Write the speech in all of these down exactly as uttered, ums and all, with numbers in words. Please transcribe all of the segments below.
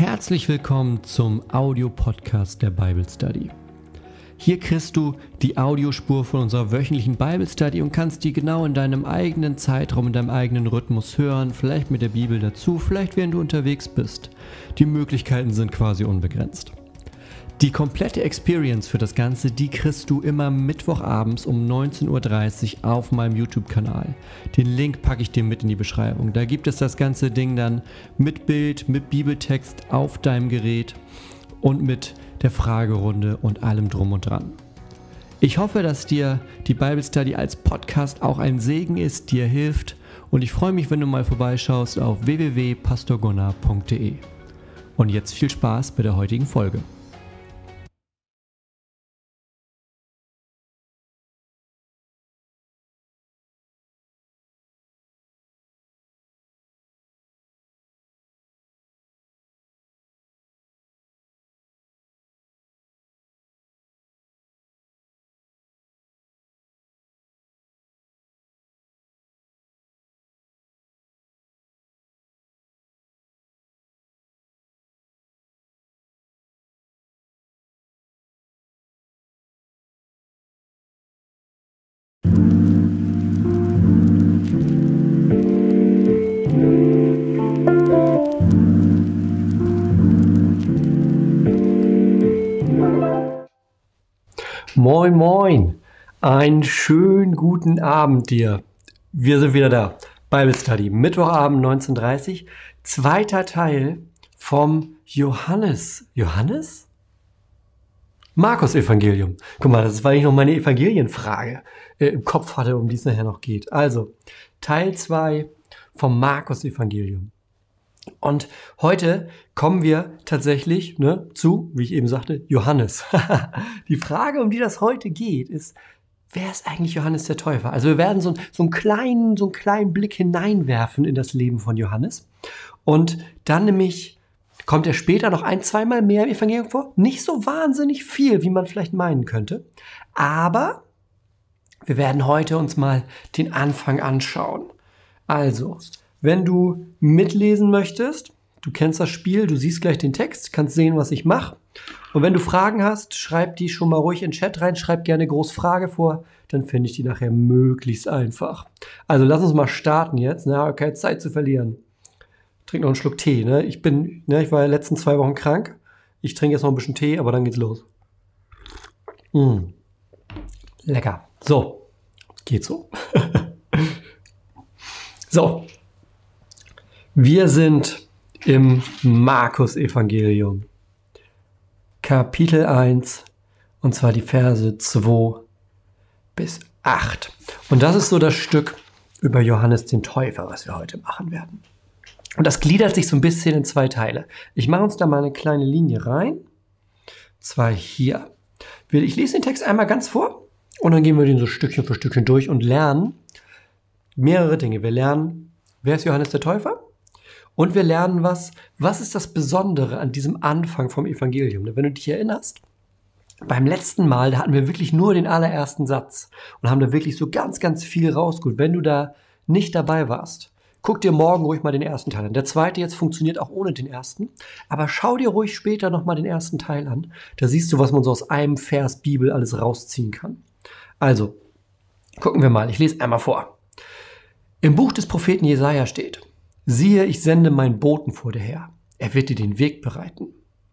Herzlich willkommen zum Audio-Podcast der Bible Study. Hier kriegst du die Audiospur von unserer wöchentlichen Bible Study und kannst die genau in deinem eigenen Zeitraum, in deinem eigenen Rhythmus hören, vielleicht mit der Bibel dazu, vielleicht während du unterwegs bist. Die Möglichkeiten sind quasi unbegrenzt. Die komplette Experience für das Ganze, die kriegst du immer mittwochabends um neunzehn Uhr dreißig auf meinem YouTube-Kanal. Den Link packe ich dir mit in die Beschreibung. Da gibt es das ganze Ding dann mit Bild, mit Bibeltext auf deinem Gerät und mit der Fragerunde und allem drum und dran. Ich hoffe, dass dir die Bible Study als Podcast auch ein Segen ist, dir hilft, und ich freue mich, wenn du mal vorbeischaust auf w w w punkt pastor gunnar punkt de. Und jetzt viel Spaß bei der heutigen Folge. Moin, moin. Einen schönen guten Abend dir. Wir sind wieder da. Bible Study. Mittwochabend neunzehn Uhr dreißig. Zweiter Teil vom Johannes. Johannes? Markus Evangelium. Guck mal, das war nicht noch meine Evangelienfrage äh, im Kopf hatte, um die es nachher noch geht. Also, Teil zwei vom Markus Evangelium. Und heute kommen wir tatsächlich ne, zu, wie ich eben sagte, Johannes. Die Frage, um die das heute geht, ist, wer ist eigentlich Johannes der Täufer? Also wir werden so, so, einen kleinen, so einen kleinen Blick hineinwerfen in das Leben von Johannes. Und dann nämlich kommt er später noch ein, zweimal mehr im Evangelium vor. Nicht so wahnsinnig viel, wie man vielleicht meinen könnte. Aber wir werden heute uns mal den Anfang anschauen. Also, wenn du mitlesen möchtest, du kennst das Spiel, du siehst gleich den Text, kannst sehen, was ich mache. Und wenn du Fragen hast, schreib die schon mal ruhig in den Chat rein, schreib gerne groß Frage vor, dann finde ich die nachher möglichst einfach. Also lass uns mal starten jetzt, ne? Okay, Zeit zu verlieren. Trink noch einen Schluck Tee, ne? Ich bin, ne, ich war ja letzten zwei Wochen krank. Ich trinke jetzt noch ein bisschen Tee, aber dann geht's los. Mm. Lecker. So, geht so. So. Wir sind im Markus-Evangelium, Kapitel eins, und zwar die Verse zwei bis acht. Und das ist so das Stück über Johannes den Täufer, was wir heute machen werden. Und das gliedert sich so ein bisschen in zwei Teile. Ich mache uns da mal eine kleine Linie rein. Zwar hier. Ich lese den Text einmal ganz vor und dann gehen wir den so Stückchen für Stückchen durch und lernen mehrere Dinge. Wir lernen, wer ist Johannes der Täufer? Und wir lernen was, was ist das Besondere an diesem Anfang vom Evangelium? Wenn du dich erinnerst, beim letzten Mal, da hatten wir wirklich nur den allerersten Satz und haben da wirklich so ganz, ganz viel rausgeholt. Wenn du da nicht dabei warst, guck dir morgen ruhig mal den ersten Teil an. Der zweite jetzt funktioniert auch ohne den ersten, aber schau dir ruhig später nochmal den ersten Teil an. Da siehst du, was man so aus einem Vers Bibel alles rausziehen kann. Also, gucken wir mal, ich lese einmal vor. Im Buch des Propheten Jesaja steht: Siehe, ich sende meinen Boten vor dir her. Er wird dir den Weg bereiten.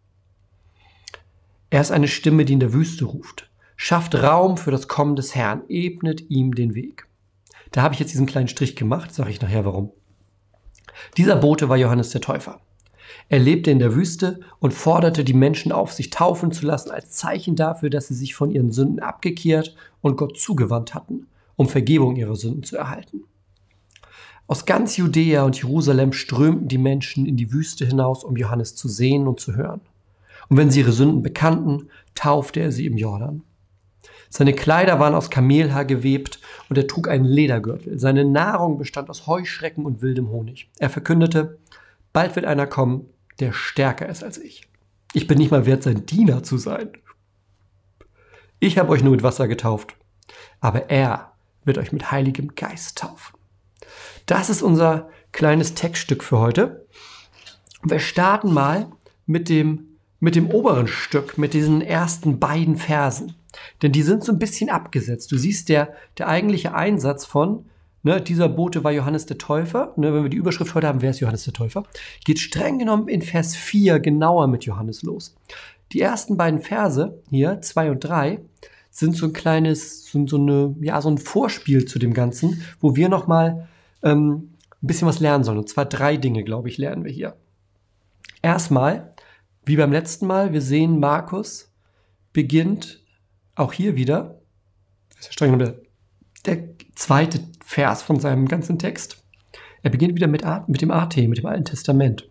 Er ist eine Stimme, die in der Wüste ruft. Schafft Raum für das Kommen des Herrn, ebnet ihm den Weg. Da habe ich jetzt diesen kleinen Strich gemacht, sage ich nachher warum. Dieser Bote war Johannes der Täufer. Er lebte in der Wüste und forderte die Menschen auf, sich taufen zu lassen, als Zeichen dafür, dass sie sich von ihren Sünden abgekehrt und Gott zugewandt hatten, um Vergebung ihrer Sünden zu erhalten. Aus ganz Judäa und Jerusalem strömten die Menschen in die Wüste hinaus, um Johannes zu sehen und zu hören. Und wenn sie ihre Sünden bekannten, taufte er sie im Jordan. Seine Kleider waren aus Kamelhaar gewebt und er trug einen Ledergürtel. Seine Nahrung bestand aus Heuschrecken und wildem Honig. Er verkündete: Bald wird einer kommen, der stärker ist als ich. Ich bin nicht mal wert, sein Diener zu sein. Ich habe euch nur mit Wasser getauft, aber er wird euch mit Heiligem Geist taufen. Das ist unser kleines Textstück für heute. Wir starten mal mit dem, mit dem oberen Stück, mit diesen ersten beiden Versen. Denn die sind so ein bisschen abgesetzt. Du siehst, der, der eigentliche Einsatz von, ne, dieser Bote war Johannes der Täufer, ne, wenn wir die Überschrift heute haben, wer ist Johannes der Täufer, geht streng genommen in Vers vier genauer mit Johannes los. Die ersten beiden Verse, hier, zwei und drei, sind so ein kleines, so, so, eine, ja, so ein Vorspiel zu dem Ganzen, wo wir nochmal ähm, ein bisschen was lernen sollen. Und zwar drei Dinge, glaube ich, lernen wir hier. Erstmal, wie beim letzten Mal, wir sehen, Markus beginnt auch hier wieder, das ist ja streng genommen der zweite Vers von seinem ganzen Text. Er beginnt wieder mit, mit dem A T, mit dem Alten Testament.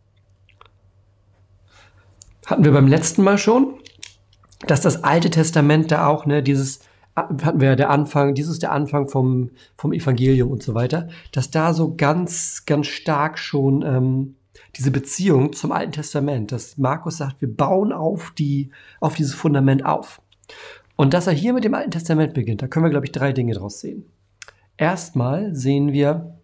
Hatten wir beim letzten Mal schon, dass das Alte Testament da auch, ne, dieses, hatten wir ja der Anfang, dieses ist der Anfang vom, vom Evangelium und so weiter, dass da so ganz, ganz stark schon ähm, diese Beziehung zum Alten Testament, dass Markus sagt, wir bauen auf, die, auf dieses Fundament auf. Und dass er hier mit dem Alten Testament beginnt, da können wir, glaube ich, drei Dinge draus sehen. Erstmal sehen wir,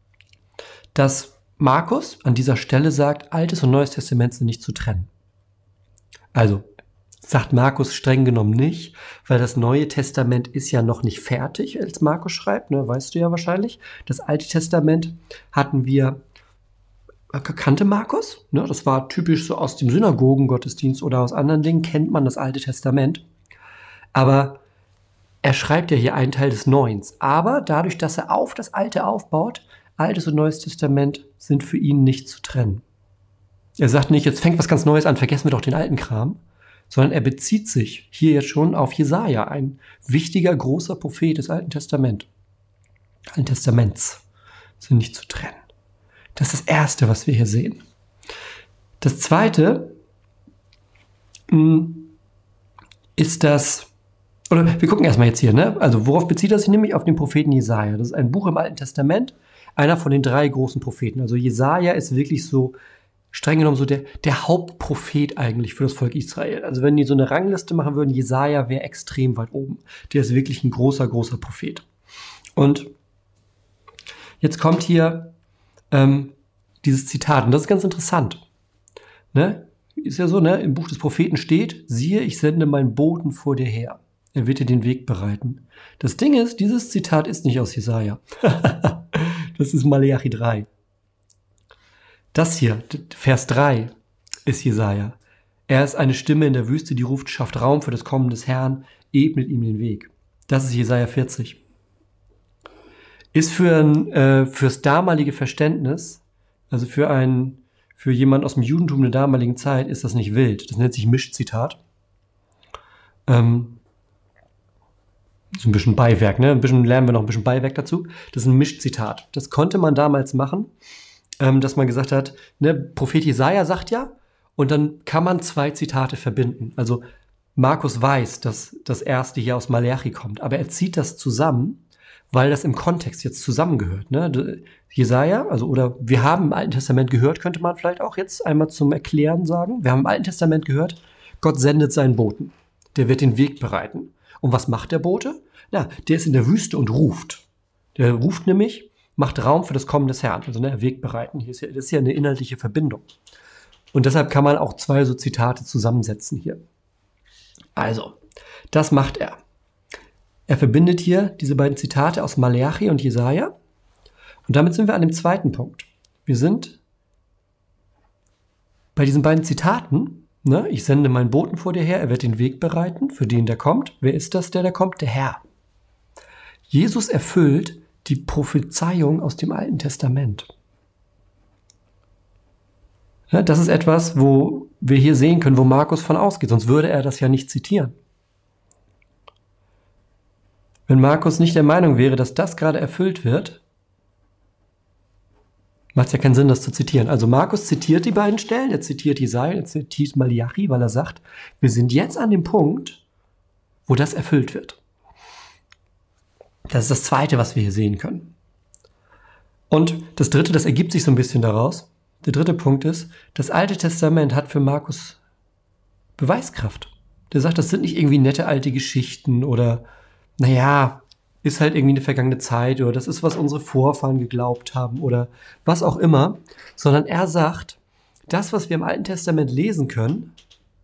dass Markus an dieser Stelle sagt, Altes und Neues Testament sind nicht zu trennen. Also, sagt Markus streng genommen nicht, weil das Neue Testament ist ja noch nicht fertig, als Markus schreibt, ne, weißt du ja wahrscheinlich. Das Alte Testament hatten wir, kannte Markus, ne, das war typisch so aus dem Synagogengottesdienst oder aus anderen Dingen, kennt man das Alte Testament. Aber er schreibt ja hier einen Teil des Neuen. Aber dadurch, dass er auf das Alte aufbaut, Altes und Neues Testament sind für ihn nicht zu trennen. Er sagt nicht, jetzt fängt was ganz Neues an, vergessen wir doch den alten Kram, sondern er bezieht sich hier jetzt schon auf Jesaja, ein wichtiger, großer Prophet des Alten Testament. Alten Testaments sind nicht zu trennen. Das ist das Erste, was wir hier sehen. Das Zweite mh, ist das, oder wir gucken erstmal jetzt hier, ne? Also worauf bezieht er sich nämlich? Auf den Propheten Jesaja. Das ist ein Buch im Alten Testament, einer von den drei großen Propheten. Also Jesaja ist wirklich so, streng genommen so der, der Hauptprophet eigentlich für das Volk Israel. Also wenn die so eine Rangliste machen würden, Jesaja wäre extrem weit oben. Der ist wirklich ein großer, großer Prophet. Und jetzt kommt hier ähm, dieses Zitat, und das ist ganz interessant. Ne? Ist ja so, ne? Im Buch des Propheten steht, siehe, ich sende meinen Boten vor dir her. Er wird dir den Weg bereiten. Das Ding ist, dieses Zitat ist nicht aus Jesaja. Das ist Maleachi drei. Das hier, Vers drei, ist Jesaja. Er ist eine Stimme in der Wüste, die ruft, schafft Raum für das Kommen des Herrn, ebnet ihm den Weg. Das ist Jesaja vierzig. Ist für ein, äh, fürs damalige Verständnis, also für ein, für jemand aus dem Judentum der damaligen Zeit, ist das nicht wild. Das nennt sich Mischzitat. Ähm, so ein bisschen Beiwerk, ne? Ein bisschen lernen wir noch ein bisschen Beiwerk dazu. Das ist ein Mischzitat. Das konnte man damals machen, ähm, dass man gesagt hat, ne, Prophet Jesaja sagt ja, und dann kann man zwei Zitate verbinden. Also Markus weiß, dass das erste hier aus Maleachi kommt, aber er zieht das zusammen, weil das im Kontext jetzt zusammengehört. Ne? Jesaja, also oder wir haben im Alten Testament gehört, könnte man vielleicht auch jetzt einmal zum Erklären sagen. Wir haben im Alten Testament gehört, Gott sendet seinen Boten. Der wird den Weg bereiten. Und was macht der Bote? Na, der ist in der Wüste und ruft. Der ruft nämlich, macht Raum für das Kommen des Herrn. Also ne, Weg bereiten. Hier ist ja, das ist ja eine inhaltliche Verbindung. Und deshalb kann man auch zwei so Zitate zusammensetzen hier. Also, das macht er. Er verbindet hier diese beiden Zitate aus Maleachi und Jesaja. Und damit sind wir an dem zweiten Punkt. Wir sind bei diesen beiden Zitaten, ne, ich sende meinen Boten vor dir her, er wird den Weg bereiten, für den der kommt. Wer ist das, der da kommt? Der Herr. Jesus erfüllt die Prophezeiung aus dem Alten Testament. Ja, das ist etwas, wo wir hier sehen können, wo Markus von ausgeht, sonst würde er das ja nicht zitieren. Wenn Markus nicht der Meinung wäre, dass das gerade erfüllt wird, macht es ja keinen Sinn, das zu zitieren. Also Markus zitiert die beiden Stellen, er zitiert Jesaja, er zitiert Maleachi, weil er sagt, wir sind jetzt an dem Punkt, wo das erfüllt wird. Das ist das Zweite, was wir hier sehen können. Und das Dritte, das ergibt sich so ein bisschen daraus. Der dritte Punkt ist, das Alte Testament hat für Markus Beweiskraft. Der sagt, das sind nicht irgendwie nette alte Geschichten oder naja, ist halt irgendwie eine vergangene Zeit oder das ist, was unsere Vorfahren geglaubt haben oder was auch immer, sondern er sagt, das, was wir im Alten Testament lesen können,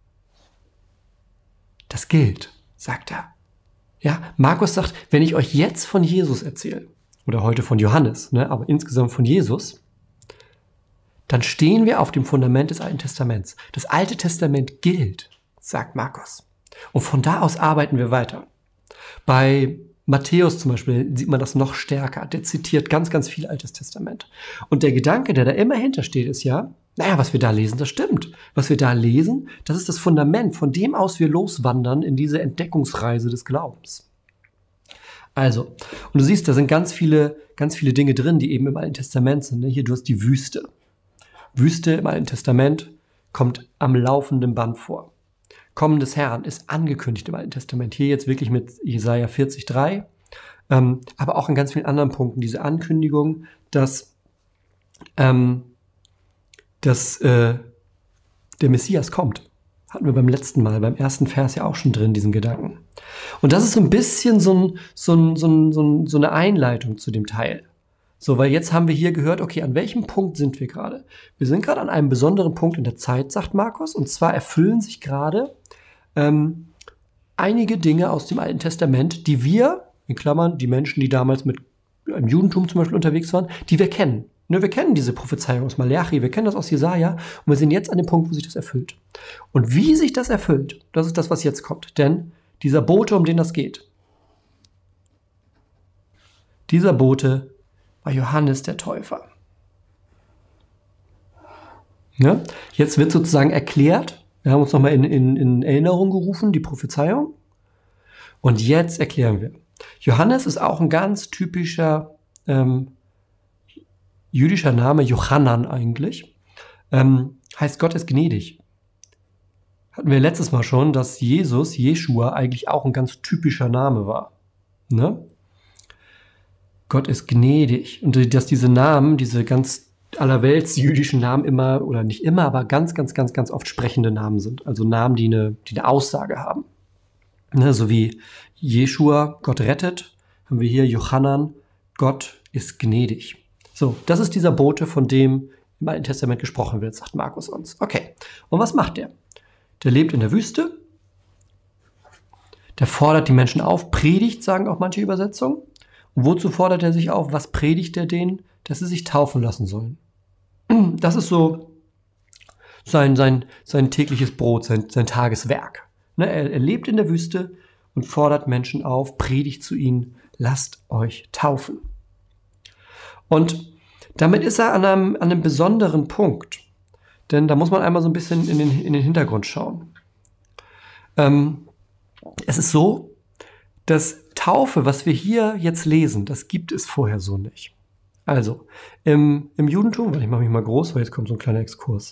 das gilt, sagt er. Ja, Markus sagt, wenn ich euch jetzt von Jesus erzähle, oder heute von Johannes, ne, aber insgesamt von Jesus, dann stehen wir auf dem Fundament des Alten Testaments. Das Alte Testament gilt, sagt Markus. Und von da aus arbeiten wir weiter. Bei Matthäus zum Beispiel sieht man das noch stärker. Der zitiert ganz, ganz viel Altes Testament. Und der Gedanke, der da immer hintersteht, ist ja, naja, was wir da lesen, das stimmt. Was wir da lesen, das ist das Fundament, von dem aus wir loswandern in diese Entdeckungsreise des Glaubens. Also, und du siehst, da sind ganz viele, ganz viele Dinge drin, die eben im Alten Testament sind. Hier, du hast die Wüste. Wüste im Alten Testament kommt am laufenden Band vor. Kommen des Herrn ist angekündigt im Alten Testament. Hier jetzt wirklich mit Jesaja vierzig drei, ähm, aber auch in ganz vielen anderen Punkten. Diese Ankündigung, dass, ähm, dass äh, der Messias kommt. Hatten wir beim letzten Mal, beim ersten Vers ja auch schon drin, diesen Gedanken. Und das ist so ein bisschen so, ein, so, ein, so, ein, so, ein, so eine Einleitung zu dem Teil. So, weil jetzt haben wir hier gehört, okay, an welchem Punkt sind wir gerade? Wir sind gerade an einem besonderen Punkt in der Zeit, sagt Markus, und zwar erfüllen sich gerade ähm, einige Dinge aus dem Alten Testament, die wir, in Klammern, die Menschen, die damals mit im Judentum zum Beispiel unterwegs waren, die wir kennen. Ne, wir kennen diese Prophezeiung aus Malachi, wir kennen das aus Jesaja und wir sind jetzt an dem Punkt, wo sich das erfüllt. Und wie sich das erfüllt, das ist das, was jetzt kommt. Denn dieser Bote, um den das geht, dieser Bote war Johannes der Täufer. Ja? Jetzt wird sozusagen erklärt, wir haben uns nochmal in, in, in Erinnerung gerufen, die Prophezeiung. Und jetzt erklären wir. Johannes ist auch ein ganz typischer ähm, jüdischer Name, Johannan eigentlich. Ähm, heißt Gott ist gnädig. Hatten wir letztes Mal schon, dass Jesus, Jeschua, eigentlich auch ein ganz typischer Name war. Ne? Gott ist gnädig. Und dass diese Namen, diese ganz allerwelts jüdischen Namen immer, oder nicht immer, aber ganz, ganz, ganz, ganz oft sprechende Namen sind. Also Namen, die eine, die eine Aussage haben. Ne, so wie Jeschua, Gott rettet, haben wir hier Johannan, Gott ist gnädig. So, das ist dieser Bote, von dem im Alten Testament gesprochen wird, sagt Markus uns. Okay, und was macht der? Der lebt in der Wüste, der fordert die Menschen auf, predigt, sagen auch manche Übersetzungen. Und wozu fordert er sich auf? Was predigt er denen? Dass sie sich taufen lassen sollen. Das ist so sein, sein, sein tägliches Brot, sein, sein Tageswerk. Ne, er, er lebt in der Wüste und fordert Menschen auf, predigt zu ihnen, lasst euch taufen. Und damit ist er an einem, an einem besonderen Punkt. Denn da muss man einmal so ein bisschen in den, in den Hintergrund schauen. Ähm, es ist so, dass Taufe, was wir hier jetzt lesen, das gibt es vorher so nicht. Also, im, im Judentum, weil ich mache mich mal groß, weil jetzt kommt so ein kleiner Exkurs.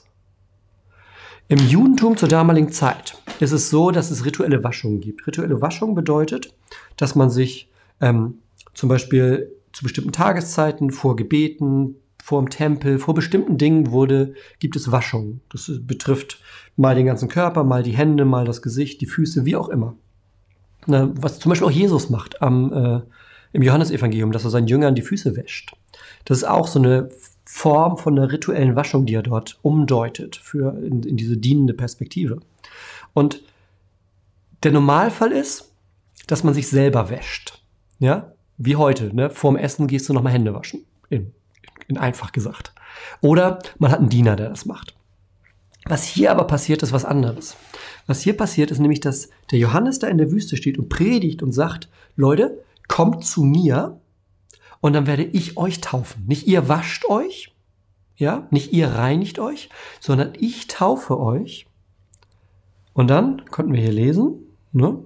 Im Judentum zur damaligen Zeit ist es so, dass es rituelle Waschungen gibt. Rituelle Waschung bedeutet, dass man sich ähm, zum Beispiel zu bestimmten Tageszeiten, vor Gebeten, vor dem Tempel, vor bestimmten Dingen wurde, gibt es Waschungen. Das betrifft mal den ganzen Körper, mal die Hände, mal das Gesicht, die Füße, wie auch immer. Na, was zum Beispiel auch Jesus macht am, äh, im Johannesevangelium, dass er seinen Jüngern die Füße wäscht. Das ist auch so eine Form von einer rituellen Waschung, die er dort umdeutet für in, in diese dienende Perspektive. Und der Normalfall ist, dass man sich selber wäscht. Ja? Wie heute, ne? Vorm Essen gehst du nochmal Hände waschen. In, in einfach gesagt. Oder man hat einen Diener, der das macht. Was hier aber passiert, ist was anderes. Was hier passiert, ist nämlich, dass der Johannes da in der Wüste steht und predigt und sagt, Leute, kommt zu mir und dann werde ich euch taufen. Nicht ihr wascht euch, ja, nicht ihr reinigt euch, sondern ich taufe euch. Und dann konnten wir hier lesen, ne?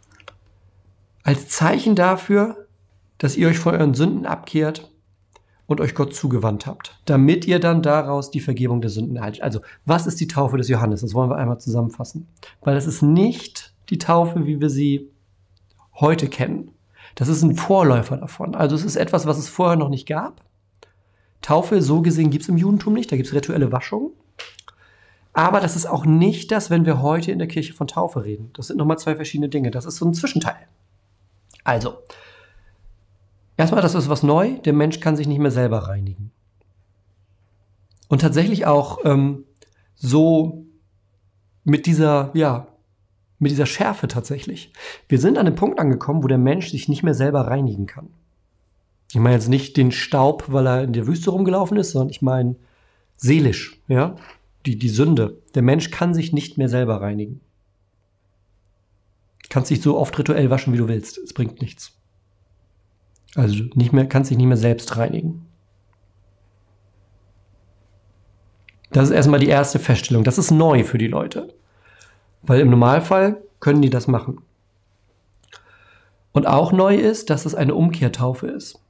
Als Zeichen dafür, dass ihr euch von euren Sünden abkehrt und euch Gott zugewandt habt, damit ihr dann daraus die Vergebung der Sünden erhaltet. Also, was ist die Taufe des Johannes? Das wollen wir einmal zusammenfassen. Weil das ist nicht die Taufe, wie wir sie heute kennen. Das ist ein Vorläufer davon. Also es ist etwas, was es vorher noch nicht gab. Taufe, so gesehen, gibt es im Judentum nicht. Da gibt es rituelle Waschungen. Aber das ist auch nicht das, wenn wir heute in der Kirche von Taufe reden. Das sind nochmal zwei verschiedene Dinge. Das ist so ein Zwischenteil. Also, erstmal, das ist was neu. Der Mensch kann sich nicht mehr selber reinigen. Und tatsächlich auch ähm, so mit dieser, ja, mit dieser Schärfe tatsächlich. Wir sind an dem Punkt angekommen, wo der Mensch sich nicht mehr selber reinigen kann. Ich meine jetzt nicht den Staub, weil er in der Wüste rumgelaufen ist, sondern ich meine seelisch, ja, die, die Sünde. Der Mensch kann sich nicht mehr selber reinigen. Du kannst dich so oft rituell waschen, wie du willst. Es bringt nichts. Also nicht mehr, kannst dich nicht mehr selbst reinigen. Das ist erstmal die erste Feststellung. Das ist neu für die Leute. Weil im Normalfall können die das machen. Und auch neu ist, dass es eine Umkehrtaufe ist.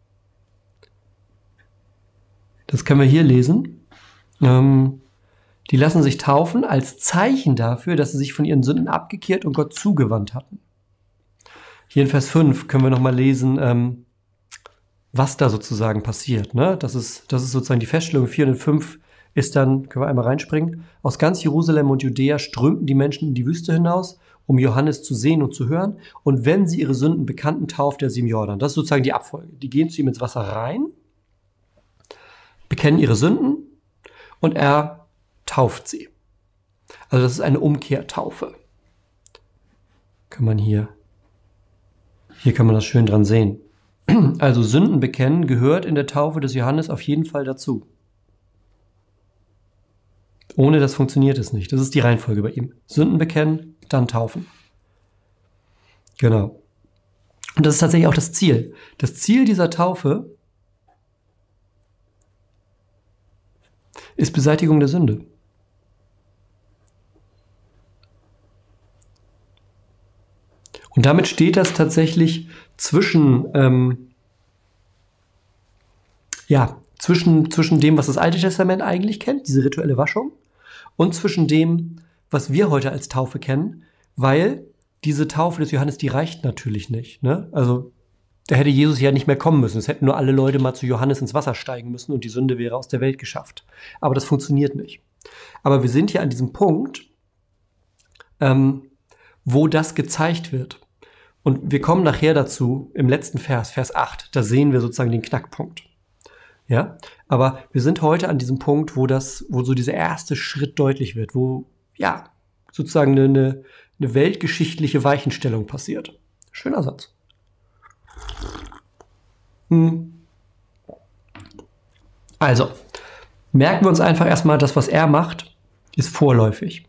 Das können wir hier lesen. Ähm, die lassen sich taufen als Zeichen dafür, dass sie sich von ihren Sünden abgekehrt und Gott zugewandt hatten. Hier in Vers fünf können wir nochmal lesen, ähm, was da sozusagen passiert. Ne? Das ist, das ist sozusagen die Feststellung. vier und fünf ist dann, können wir einmal reinspringen, aus ganz Jerusalem und Judäa strömten die Menschen in die Wüste hinaus, um Johannes zu sehen und zu hören. Und wenn sie ihre Sünden bekannten, taufte er sie im Jordan. Das ist sozusagen die Abfolge. Die gehen zu ihm ins Wasser rein, bekennen ihre Sünden und er tauft sie. Also das ist eine Umkehrtaufe. Kann man hier, hier kann man das schön dran sehen. Also Sünden bekennen gehört in der Taufe des Johannes auf jeden Fall dazu. Ohne das funktioniert es nicht. Das ist die Reihenfolge bei ihm. Sünden bekennen, dann taufen. Genau. Und das ist tatsächlich auch das Ziel. Das Ziel dieser Taufe ist Beseitigung der Sünde. Und damit steht das tatsächlich zwischen, ähm, ja, zwischen, zwischen dem, was das Alte Testament eigentlich kennt, diese rituelle Waschung, und zwischen dem, was wir heute als Taufe kennen, weil diese Taufe des Johannes, die reicht natürlich nicht. Ne? Also da hätte Jesus ja nicht mehr kommen müssen. Es hätten nur alle Leute mal zu Johannes ins Wasser steigen müssen und die Sünde wäre aus der Welt geschafft. Aber das funktioniert nicht. Aber wir sind hier an diesem Punkt, ähm, wo das gezeigt wird. Und wir kommen nachher dazu im letzten Vers, Vers acht. Da sehen wir sozusagen den Knackpunkt. Ja, aber wir sind heute an diesem Punkt, wo das, wo so dieser erste Schritt deutlich wird, wo, ja, sozusagen eine, eine weltgeschichtliche Weichenstellung passiert. Schöner Satz. Hm. Also, merken wir uns einfach erstmal, das, was er macht, ist vorläufig.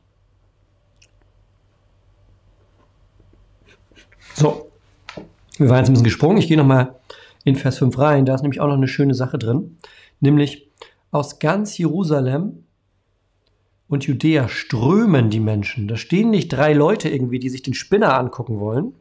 So, wir waren jetzt ein bisschen gesprungen. Ich gehe nochmal in Vers fünf rein. Da ist nämlich auch noch eine schöne Sache drin. Nämlich, aus ganz Jerusalem und Judäa strömen die Menschen. Da stehen nicht drei Leute irgendwie, die sich den Spinner angucken wollen,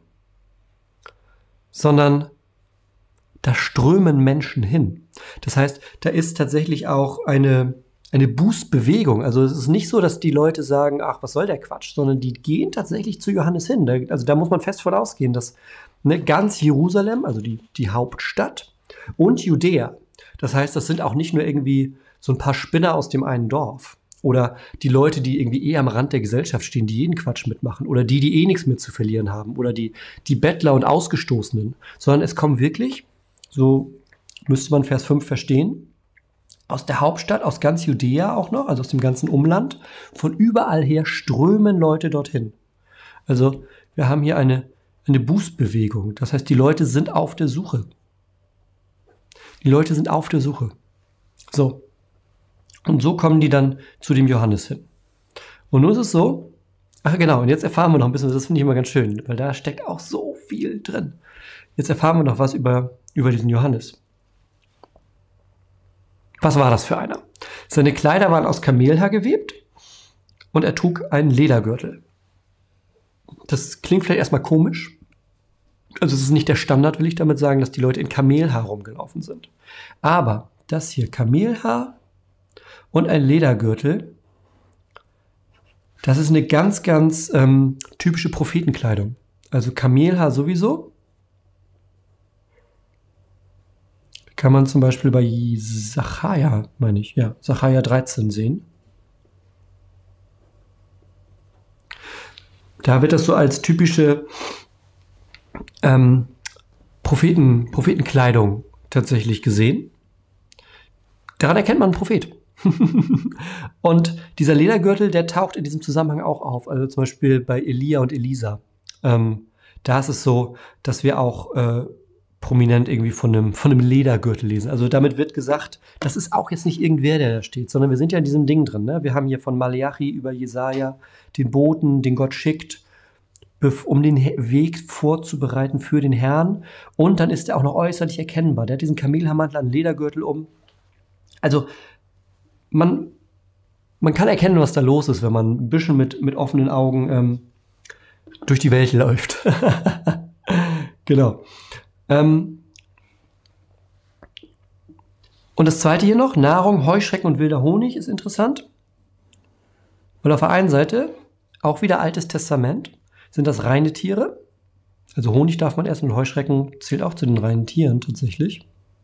sondern da strömen Menschen hin. Das heißt, da ist tatsächlich auch eine, eine Bußbewegung. Also es ist nicht so, dass die Leute sagen, ach, was soll der Quatsch, sondern die gehen tatsächlich zu Johannes hin. Da, also da muss man fest von ausgehen, dass ne, ganz Jerusalem, also die, die Hauptstadt, und Judäa, das heißt, das sind auch nicht nur irgendwie so ein paar Spinner aus dem einen Dorf oder die Leute, die irgendwie eh am Rand der Gesellschaft stehen, die jeden Quatsch mitmachen oder die, die eh nichts mehr zu verlieren haben oder die, die Bettler und Ausgestoßenen, sondern es kommen wirklich, so müsste man Vers fünf verstehen, aus der Hauptstadt, aus ganz Judäa auch noch, also aus dem ganzen Umland, von überall her strömen Leute dorthin. Also wir haben hier eine, eine Bußbewegung, das heißt, die Leute sind auf der Suche. Die Leute sind auf der Suche. So. Und so kommen die dann zu dem Johannes hin. Und nun ist es so, ach genau, und jetzt erfahren wir noch ein bisschen, das finde ich immer ganz schön, weil da steckt auch so viel drin. Jetzt erfahren wir noch was über, über diesen Johannes. Was war das für einer? Seine Kleider waren aus Kamelhaar gewebt und er trug einen Ledergürtel. Das klingt vielleicht erstmal komisch. Also es ist nicht der Standard, will ich damit sagen, dass die Leute in Kamelhaar rumgelaufen sind. Aber das hier, Kamelhaar und ein Ledergürtel, das ist eine ganz, ganz ähm, typische Prophetenkleidung. Also Kamelhaar sowieso. Kann man zum Beispiel bei Sacharja, meine ich, ja, Sacharja dreizehn sehen. Da wird das so als typische ähm, Propheten, Prophetenkleidung tatsächlich gesehen. Daran erkennt man einen Prophet. Und dieser Ledergürtel, der taucht in diesem Zusammenhang auch auf. Also zum Beispiel bei Elia und Elisa. Ähm, da ist es so, dass wir auch äh, prominent irgendwie von einem, von einem Ledergürtel lesen. Also damit wird gesagt, das ist auch jetzt nicht irgendwer, der da steht, sondern wir sind ja in diesem Ding drin. Ne? Wir haben hier von Maleachi über Jesaja den Boten, den Gott schickt, um den Weg vorzubereiten für den Herrn. Und dann ist er auch noch äußerlich erkennbar. Der hat diesen Kamelhaarmantel, einen Ledergürtel um. Also man, man kann erkennen, was da los ist, wenn man ein bisschen mit, mit offenen Augen ähm, durch die Welt läuft. Genau. Ähm und das zweite hier noch, Nahrung, Heuschrecken und wilder Honig ist interessant. Und auf der einen Seite, auch wieder Altes Testament, sind das reine Tiere. Also Honig darf man essen und Heuschrecken zählt auch zu den reinen Tieren tatsächlich.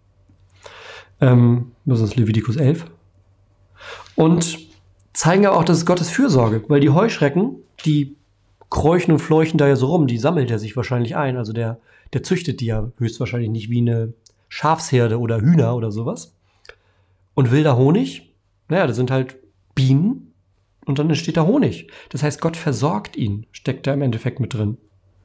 Ähm, das ist Levitikus elf. Und zeigen aber auch, das ist Gottes Fürsorge, weil die Heuschrecken, die kräuchen und fleuchen da ja so rum, die sammelt er sich wahrscheinlich ein. Also der, der züchtet die ja höchstwahrscheinlich nicht wie eine Schafsherde oder Hühner oder sowas. Und wilder Honig, naja, das sind halt Bienen und dann entsteht da Honig. Das heißt, Gott versorgt ihn, steckt da im Endeffekt mit drin.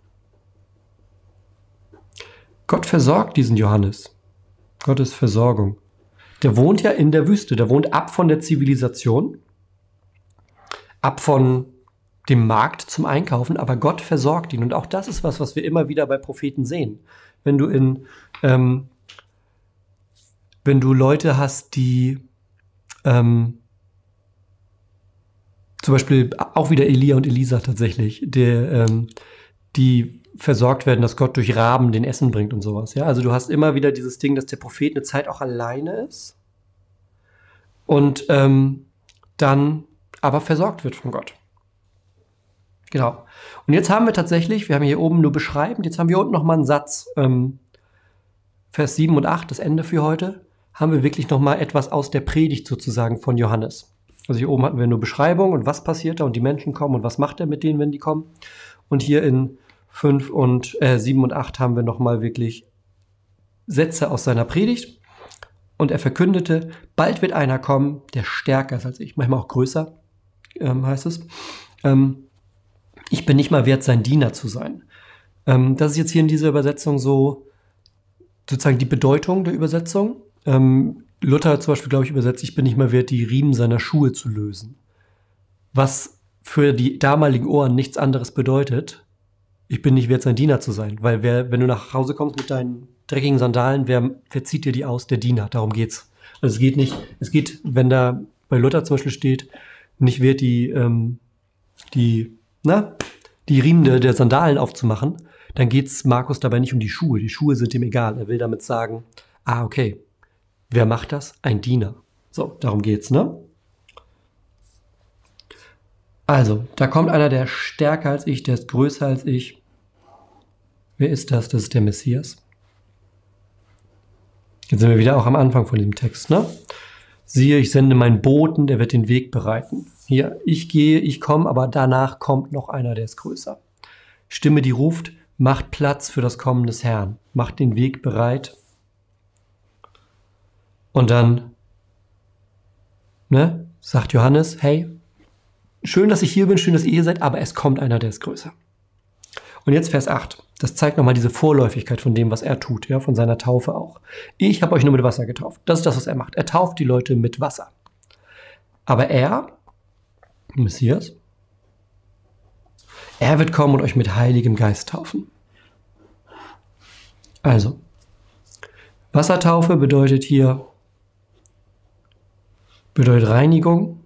Gott versorgt diesen Johannes. Gottes Versorgung. Der wohnt ja in der Wüste, der wohnt ab von der Zivilisation, ab von dem Markt zum Einkaufen, aber Gott versorgt ihn. Und auch das ist was, was wir immer wieder bei Propheten sehen. Wenn du in, ähm, wenn du Leute hast, die ähm, zum Beispiel auch wieder Elia und Elisa tatsächlich, der, ähm, die versorgt werden, dass Gott durch Raben den Essen bringt und sowas. Ja? Also du hast immer wieder dieses Ding, dass der Prophet eine Zeit auch alleine ist und ähm, dann aber versorgt wird von Gott. Genau. Und jetzt haben wir tatsächlich, wir haben hier oben nur beschreibend, jetzt haben wir unten nochmal einen Satz, ähm, Vers sieben und acht, das Ende für heute, haben wir wirklich nochmal etwas aus der Predigt sozusagen von Johannes. Also hier oben hatten wir nur Beschreibung und was passiert da und die Menschen kommen und was macht er mit denen, wenn die kommen. Und hier in fünf und äh, sieben und acht haben wir nochmal wirklich Sätze aus seiner Predigt. Und er verkündete, bald wird einer kommen, der stärker ist als ich, manchmal auch größer, ähm, heißt es. Ähm, ich bin nicht mal wert, sein Diener zu sein. Ähm, das ist jetzt hier in dieser Übersetzung so sozusagen die Bedeutung der Übersetzung. Ähm, Luther hat zum Beispiel, glaube ich, übersetzt, ich bin nicht mal wert, die Riemen seiner Schuhe zu lösen. Was für die damaligen Ohren nichts anderes bedeutet, ich bin nicht wert, sein Diener zu sein. Weil wer, wenn du nach Hause kommst mit deinen dreckigen Sandalen, wer, wer zieht dir die aus? Der Diener, darum geht's. Also es geht nicht, es geht, wenn da bei Luther zum Beispiel steht, nicht wert, die, ähm, die, na, die Riemen der, der Sandalen aufzumachen, dann geht's Markus dabei nicht um die Schuhe. Die Schuhe sind ihm egal. Er will damit sagen, ah, okay, wer macht das? Ein Diener. So, darum geht's, ne? Also, da kommt einer, der ist stärker als ich, der ist größer als ich. Wer ist das? Das ist der Messias. Jetzt sind wir wieder auch am Anfang von diesem Text, ne? Siehe, ich sende meinen Boten, der wird den Weg bereiten. Hier, ich gehe, ich komme, aber danach kommt noch einer, der ist größer. Stimme, die ruft, macht Platz für das Kommen des Herrn. Macht den Weg bereit. Und dann, ne, sagt Johannes, hey, schön, dass ich hier bin, schön, dass ihr hier seid, aber es kommt einer, der ist größer. Und jetzt Vers acht. Das zeigt nochmal diese Vorläufigkeit von dem, was er tut, ja, von seiner Taufe auch. Ich habe euch nur mit Wasser getauft. Das ist das, was er macht. Er tauft die Leute mit Wasser. Aber er, Messias, er wird kommen und euch mit Heiligem Geist taufen. Also, Wassertaufe bedeutet hier, bedeutet Reinigung,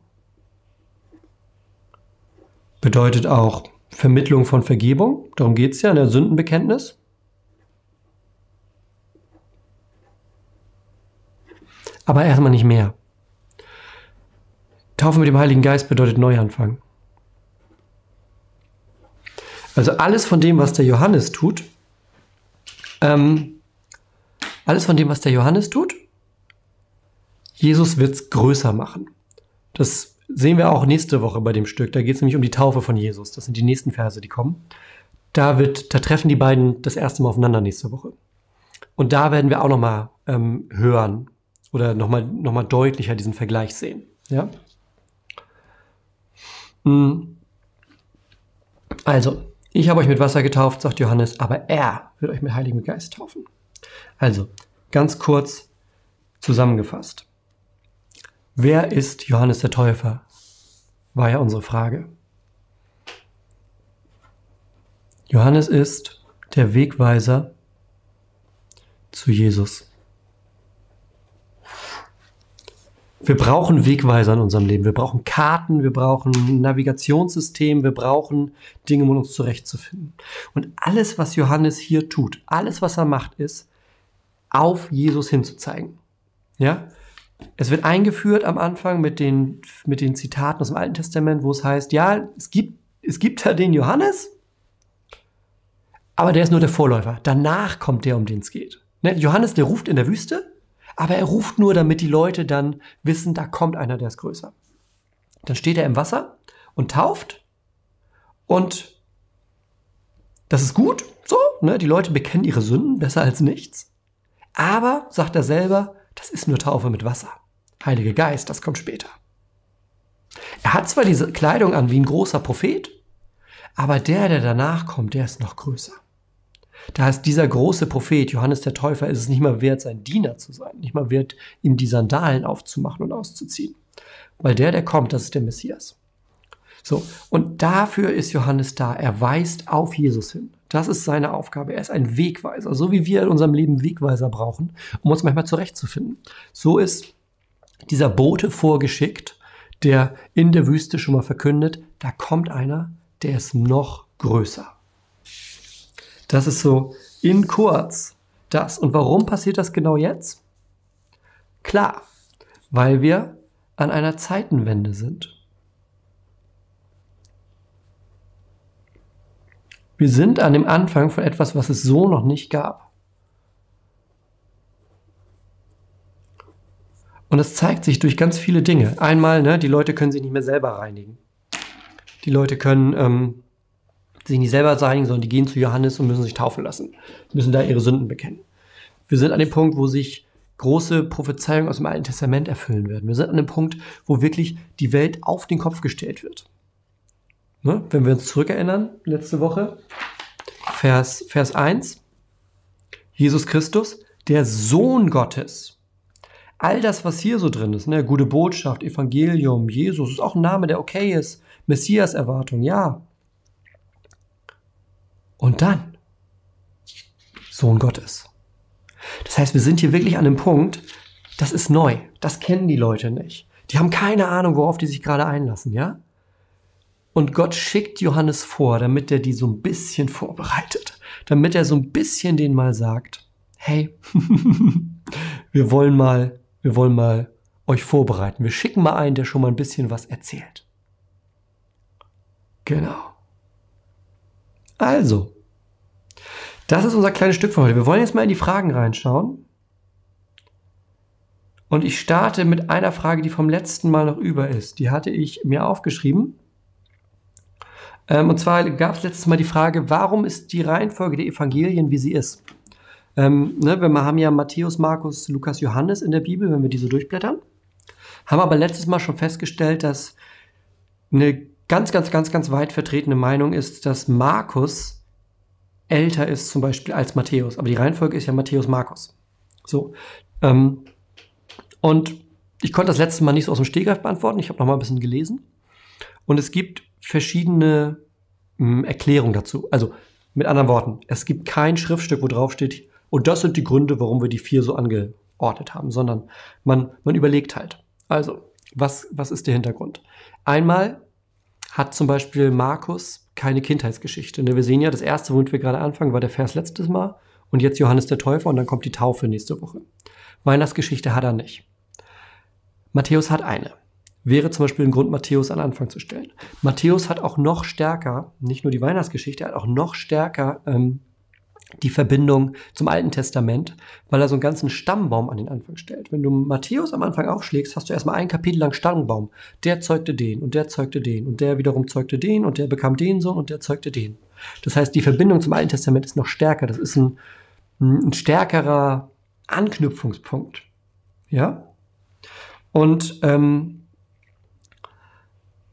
bedeutet auch Vermittlung von Vergebung. Darum geht es ja in der Sündenbekenntnis. Aber erstmal nicht mehr. Taufe mit dem Heiligen Geist bedeutet Neuanfang. Also alles von dem, was der Johannes tut, ähm, alles von dem, was der Johannes tut, Jesus wird es größer machen. Das sehen wir auch nächste Woche bei dem Stück. Da geht es nämlich um die Taufe von Jesus. Das sind die nächsten Verse, die kommen. Da, wird, da treffen die beiden das erste Mal aufeinander nächste Woche. Und da werden wir auch nochmal ähm, hören oder nochmal noch mal deutlicher diesen Vergleich sehen. Ja? Also, ich habe euch mit Wasser getauft, sagt Johannes, aber er wird euch mit Heiligem Geist taufen. Also, ganz kurz zusammengefasst. Wer ist Johannes der Täufer? War ja unsere Frage. Johannes ist der Wegweiser zu Jesus. Wir brauchen Wegweiser in unserem Leben. Wir brauchen Karten, wir brauchen ein Navigationssystem, wir brauchen Dinge, um uns zurechtzufinden. Und alles, was Johannes hier tut, alles, was er macht, ist, auf Jesus hinzuzeigen. Ja? Es wird eingeführt am Anfang mit den, mit den Zitaten aus dem Alten Testament, wo es heißt, ja, es gibt, es gibt da den Johannes, aber der ist nur der Vorläufer. Danach kommt der, um den es geht. Ne? Johannes, der ruft in der Wüste, aber er ruft nur, damit die Leute dann wissen, da kommt einer, der ist größer. Dann steht er im Wasser und tauft und das ist gut, so, ne? Die Leute bekennen ihre Sünden, besser als nichts. Aber, sagt er selber, das ist nur Taufe mit Wasser. Heiliger Geist, das kommt später. Er hat zwar diese Kleidung an wie ein großer Prophet, aber der, der danach kommt, der ist noch größer. Da ist dieser große Prophet, Johannes der Täufer, ist es nicht mal wert, sein Diener zu sein, nicht mal wert, ihm die Sandalen aufzumachen und auszuziehen. Weil der, der kommt, das ist der Messias. So, und dafür ist Johannes da. Er weist auf Jesus hin. Das ist seine Aufgabe. Er ist ein Wegweiser. So wie wir in unserem Leben Wegweiser brauchen, um uns manchmal zurechtzufinden. So ist dieser Bote vorgeschickt, der in der Wüste schon mal verkündet, da kommt einer, der ist noch größer. Das ist so in kurz das. Und warum passiert das genau jetzt? Klar, weil wir an einer Zeitenwende sind. Wir sind an dem Anfang von etwas, was es so noch nicht gab. Und das zeigt sich durch ganz viele Dinge. Einmal, ne, die Leute können sich nicht mehr selber reinigen. Die Leute können ähm, sich nicht selber reinigen, sondern die gehen zu Johannes und müssen sich taufen lassen. Müssen da ihre Sünden bekennen. Wir sind an dem Punkt, wo sich große Prophezeiungen aus dem Alten Testament erfüllen werden. Wir sind an dem Punkt, wo wirklich die Welt auf den Kopf gestellt wird. Ne? Wenn wir uns zurückerinnern, letzte Woche, Vers, Vers eins, Jesus Christus, der Sohn Gottes. All das, was hier so drin ist, ne? Gute Botschaft, Evangelium, Jesus, ist auch ein Name, der okay ist, Messias-Erwartung, ja. Und dann Sohn Gottes. Das heißt, wir sind hier wirklich an einem Punkt, das ist neu, das kennen die Leute nicht. Die haben keine Ahnung, worauf die sich gerade einlassen, ja? Und Gott schickt Johannes vor, damit er die so ein bisschen vorbereitet. Damit er so ein bisschen denen mal sagt, hey, wir wollen mal, wir wollen mal euch vorbereiten. Wir schicken mal einen, der schon mal ein bisschen was erzählt. Genau. Also, das ist unser kleines Stück für heute. Wir wollen jetzt mal in die Fragen reinschauen. Und ich starte mit einer Frage, die vom letzten Mal noch über ist. Die hatte ich mir aufgeschrieben. Ähm, und zwar gab es letztes Mal die Frage, warum ist die Reihenfolge der Evangelien, wie sie ist? Ähm, ne, wir haben ja Matthäus, Markus, Lukas, Johannes in der Bibel, wenn wir diese durchblättern. Haben aber letztes Mal schon festgestellt, dass eine ganz, ganz, ganz, ganz weit vertretene Meinung ist, dass Markus älter ist zum Beispiel als Matthäus. Aber die Reihenfolge ist ja Matthäus, Markus. So. Ähm, und ich konnte das letzte Mal nicht so aus dem Stegreif beantworten. Ich habe noch mal ein bisschen gelesen. Und es gibt verschiedene mh, Erklärungen dazu. Also mit anderen Worten, es gibt kein Schriftstück, wo drauf steht, und das sind die Gründe, warum wir die vier so angeordnet haben, sondern man, man überlegt halt. Also, was, was ist der Hintergrund? Einmal hat zum Beispiel Markus keine Kindheitsgeschichte. Ne? Wir sehen ja, das erste, womit wir gerade anfangen, war der Vers letztes Mal und jetzt Johannes der Täufer und dann kommt die Taufe nächste Woche. Weihnachtsgeschichte hat er nicht. Matthäus hat eine. Wäre zum Beispiel ein Grund, Matthäus an Anfang zu stellen. Matthäus hat auch noch stärker, nicht nur die Weihnachtsgeschichte, er hat auch noch stärker ähm, die Verbindung zum Alten Testament, weil er so einen ganzen Stammbaum an den Anfang stellt. Wenn du Matthäus am Anfang aufschlägst, hast du erstmal ein Kapitel lang Stammbaum. Der zeugte den und der zeugte den und der wiederum zeugte den und der bekam den Sohn und der zeugte den. Das heißt, die Verbindung zum Alten Testament ist noch stärker. Das ist ein, ein stärkerer Anknüpfungspunkt. Ja? Und ähm,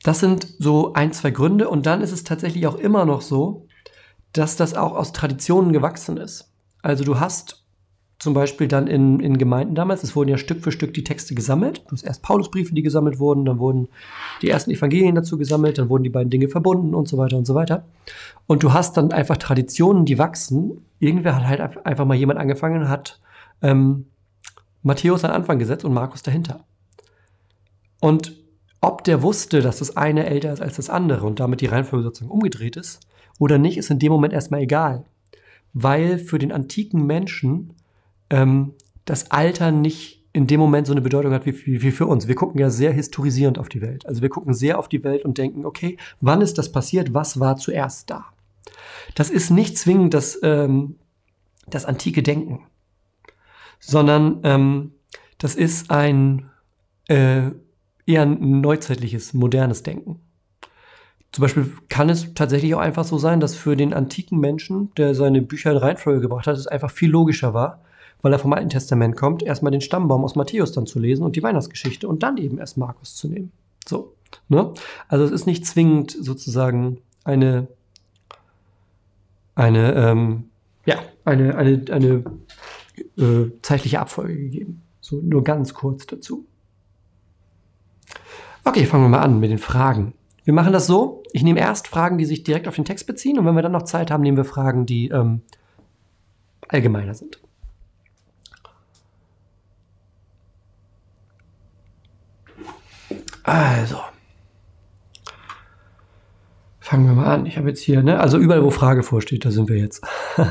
Das sind so ein, zwei Gründe. Und dann ist es tatsächlich auch immer noch so, dass das auch aus Traditionen gewachsen ist. Also du hast zum Beispiel dann in, in Gemeinden damals, es wurden ja Stück für Stück die Texte gesammelt. Du hast erst Paulusbriefe, die gesammelt wurden, dann wurden die ersten Evangelien dazu gesammelt, dann wurden die beiden Dinge verbunden und so weiter und so weiter. Und du hast dann einfach Traditionen, die wachsen. Irgendwer hat halt einfach mal jemand angefangen und hat ähm, Matthäus an Anfang gesetzt und Markus dahinter. Und ob der wusste, dass das eine älter ist als das andere und damit die Reihenfolge sozusagen umgedreht ist oder nicht, ist in dem Moment erstmal egal. Weil für den antiken Menschen ähm, das Alter nicht in dem Moment so eine Bedeutung hat wie, wie, wie für uns. Wir gucken ja sehr historisierend auf die Welt. Also wir gucken sehr auf die Welt und denken, okay, wann ist das passiert? Was war zuerst da? Das ist nicht zwingend das, ähm, das antike Denken, sondern ähm, das ist ein äh, eher ein neuzeitliches, modernes Denken. Zum Beispiel kann es tatsächlich auch einfach so sein, dass für den antiken Menschen, der seine Bücher in Reihenfolge gebracht hat, es einfach viel logischer war, weil er vom Alten Testament kommt, erstmal den Stammbaum aus Matthäus dann zu lesen und die Weihnachtsgeschichte und dann eben erst Markus zu nehmen. So, ne? Also es ist nicht zwingend sozusagen eine, eine, ähm, ja, eine, eine, eine äh, zeitliche Abfolge gegeben. So, nur ganz kurz dazu. Okay, fangen wir mal an mit den Fragen. Wir machen das so, ich nehme erst Fragen, die sich direkt auf den Text beziehen und wenn wir dann noch Zeit haben, nehmen wir Fragen, die ähm, allgemeiner sind. Also, fangen wir mal an. Ich habe jetzt hier, ne, also überall, wo Frage vorsteht, da sind wir jetzt.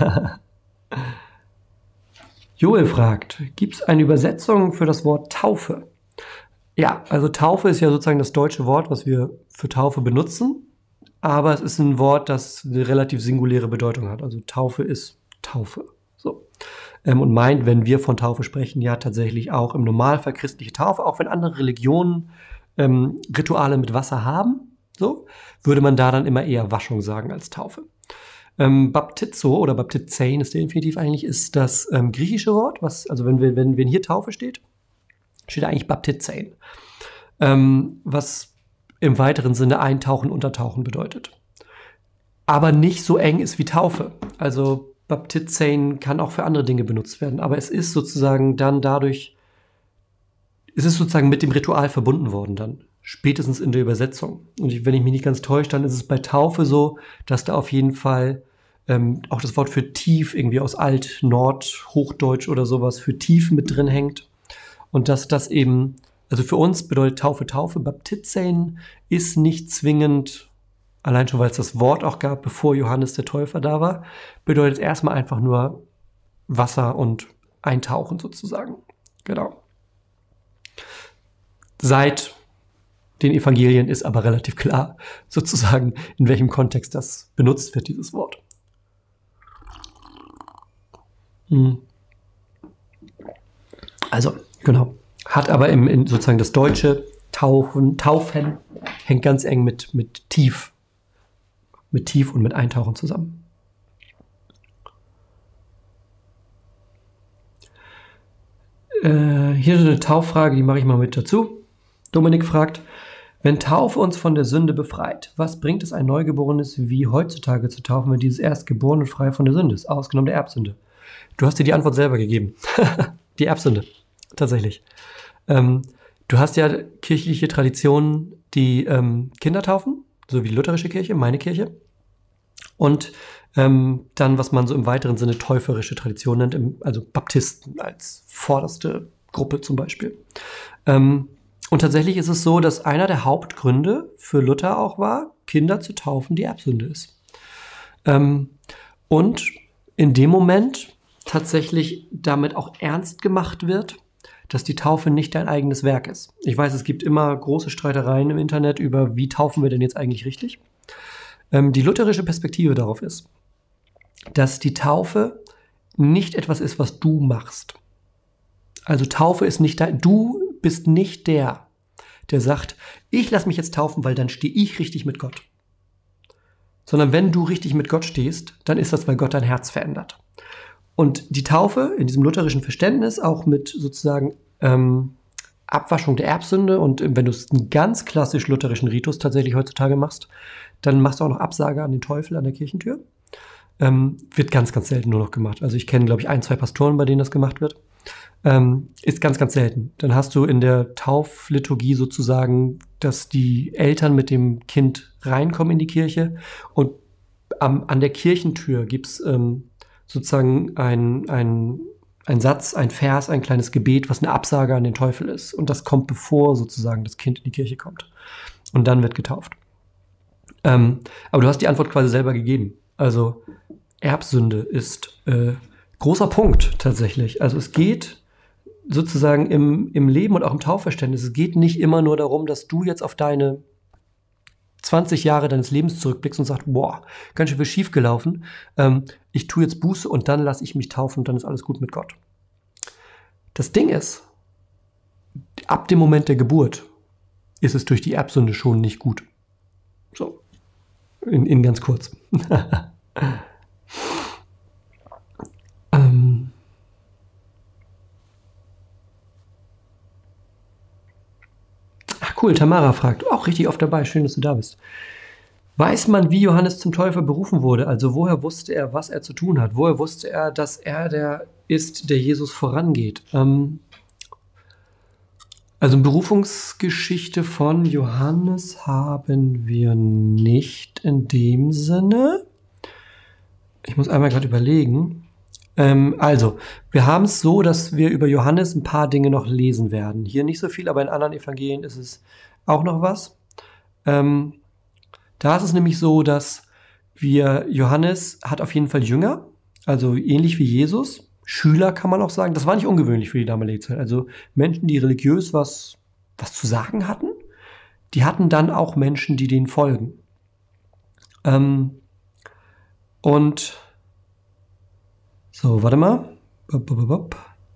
Joel fragt, gibt es eine Übersetzung für das Wort Taufe? Ja, also Taufe ist ja sozusagen das deutsche Wort, was wir für Taufe benutzen, aber es ist ein Wort, das eine relativ singuläre Bedeutung hat. Also Taufe ist Taufe. So. Ähm, und meint, wenn wir von Taufe sprechen, ja tatsächlich auch im Normalfall christliche Taufe, auch wenn andere Religionen ähm, Rituale mit Wasser haben, so, würde man da dann immer eher Waschung sagen als Taufe. Ähm, Baptizo oder Baptizein ist der Infinitiv eigentlich, ist das ähm, griechische Wort, was, also wenn, wir, wenn, wenn hier Taufe steht, steht eigentlich Baptizein, ähm, was im weiteren Sinne eintauchen, untertauchen bedeutet. Aber nicht so eng ist wie Taufe. Also Baptizein kann auch für andere Dinge benutzt werden, aber es ist sozusagen dann dadurch, es ist sozusagen mit dem Ritual verbunden worden dann, spätestens in der Übersetzung. Und ich, wenn ich mich nicht ganz täusche, dann ist es bei Taufe so, dass da auf jeden Fall ähm, auch das Wort für tief irgendwie aus Alt-, Nord-, Hochdeutsch oder sowas für tief mit drin hängt. Und dass das eben, also für uns bedeutet Taufe Taufe, Baptizein ist nicht zwingend, allein schon weil es das Wort auch gab, bevor Johannes der Täufer da war, bedeutet erstmal einfach nur Wasser und Eintauchen sozusagen. Genau. Seit den Evangelien ist aber relativ klar, sozusagen, in welchem Kontext das benutzt wird, dieses Wort. Hm. Also, genau. Hat aber im, in sozusagen das deutsche Tauchen, Taufen hängt ganz eng mit, mit Tief, mit Tief und mit Eintauchen zusammen. Äh, hier ist eine Tauffrage, die mache ich mal mit dazu. Dominik fragt, wenn Taufe uns von der Sünde befreit, was bringt es ein Neugeborenes wie heutzutage zu taufen, wenn dieses Erstgeborene frei von der Sünde ist, ausgenommen der Erbsünde? Du hast dir die Antwort selber gegeben. Die Erbsünde, tatsächlich. Ähm, du hast ja kirchliche Traditionen, die ähm, Kinder taufen, so wie die lutherische Kirche, meine Kirche. Und ähm, dann, was man so im weiteren Sinne täuferische Tradition nennt, im, also Baptisten als vorderste Gruppe zum Beispiel. Ähm, und tatsächlich ist es so, dass einer der Hauptgründe für Luther auch war, Kinder zu taufen, die Erbsünde ist. Ähm, und in dem Moment tatsächlich damit auch ernst gemacht wird, dass die Taufe nicht dein eigenes Werk ist. Ich weiß, es gibt immer große Streitereien im Internet über, wie taufen wir denn jetzt eigentlich richtig? Ähm, die lutherische Perspektive darauf ist, dass die Taufe nicht etwas ist, was du machst. Also Taufe ist nicht dein, du bist nicht der, der sagt, ich lasse mich jetzt taufen, weil dann stehe ich richtig mit Gott. Sondern wenn du richtig mit Gott stehst, dann ist das, weil Gott dein Herz verändert. Und die Taufe in diesem lutherischen Verständnis auch mit sozusagen ähm, Abwaschung der Erbsünde und wenn du es einen ganz klassisch lutherischen Ritus tatsächlich heutzutage machst, dann machst du auch noch Absage an den Teufel an der Kirchentür. Ähm, wird ganz, ganz selten nur noch gemacht. Also ich kenne, glaube ich, ein, zwei Pastoren, bei denen das gemacht wird. Ähm, ist ganz, ganz selten. Dann hast du in der Taufliturgie sozusagen, dass die Eltern mit dem Kind reinkommen in die Kirche und am, an der Kirchentür gibt's ähm, sozusagen ein, ein, ein Satz, ein Vers, ein kleines Gebet, was eine Absage an den Teufel ist. Und das kommt, bevor sozusagen das Kind in die Kirche kommt. Und dann wird getauft. Ähm, aber du hast die Antwort quasi selber gegeben. Also Erbsünde ist äh, großer Punkt tatsächlich. Also es geht sozusagen im, im Leben und auch im Taufverständnis, es geht nicht immer nur darum, dass du jetzt auf deine zwanzig Jahre deines Lebens zurückblickst und sagst, boah, ganz schön viel schiefgelaufen. Ähm, ich tue jetzt Buße und dann lasse ich mich taufen und dann ist alles gut mit Gott. Das Ding ist, ab dem Moment der Geburt ist es durch die Erbsünde schon nicht gut. So, in, in ganz kurz. ähm. Ach cool, Tamara fragt, auch richtig oft dabei, schön, dass du da bist. Weiß man, wie Johannes zum Täufer berufen wurde? Also woher wusste er, was er zu tun hat? Woher wusste er, dass er der ist, der Jesus vorangeht? Ähm, also eine Berufungsgeschichte von Johannes haben wir nicht in dem Sinne. Ich muss einmal gerade überlegen. Ähm, also, wir haben es so, dass wir über Johannes ein paar Dinge noch lesen werden. Hier nicht so viel, aber in anderen Evangelien ist es auch noch was. Ähm, da ist es nämlich so, dass wir, Johannes hat auf jeden Fall Jünger, also ähnlich wie Jesus. Schüler kann man auch sagen. Das war nicht ungewöhnlich für die damalige Zeit. Also Menschen, die religiös was, was zu sagen hatten, die hatten dann auch Menschen, die denen folgen. Ähm, und so, warte mal. Bop, bop, bop.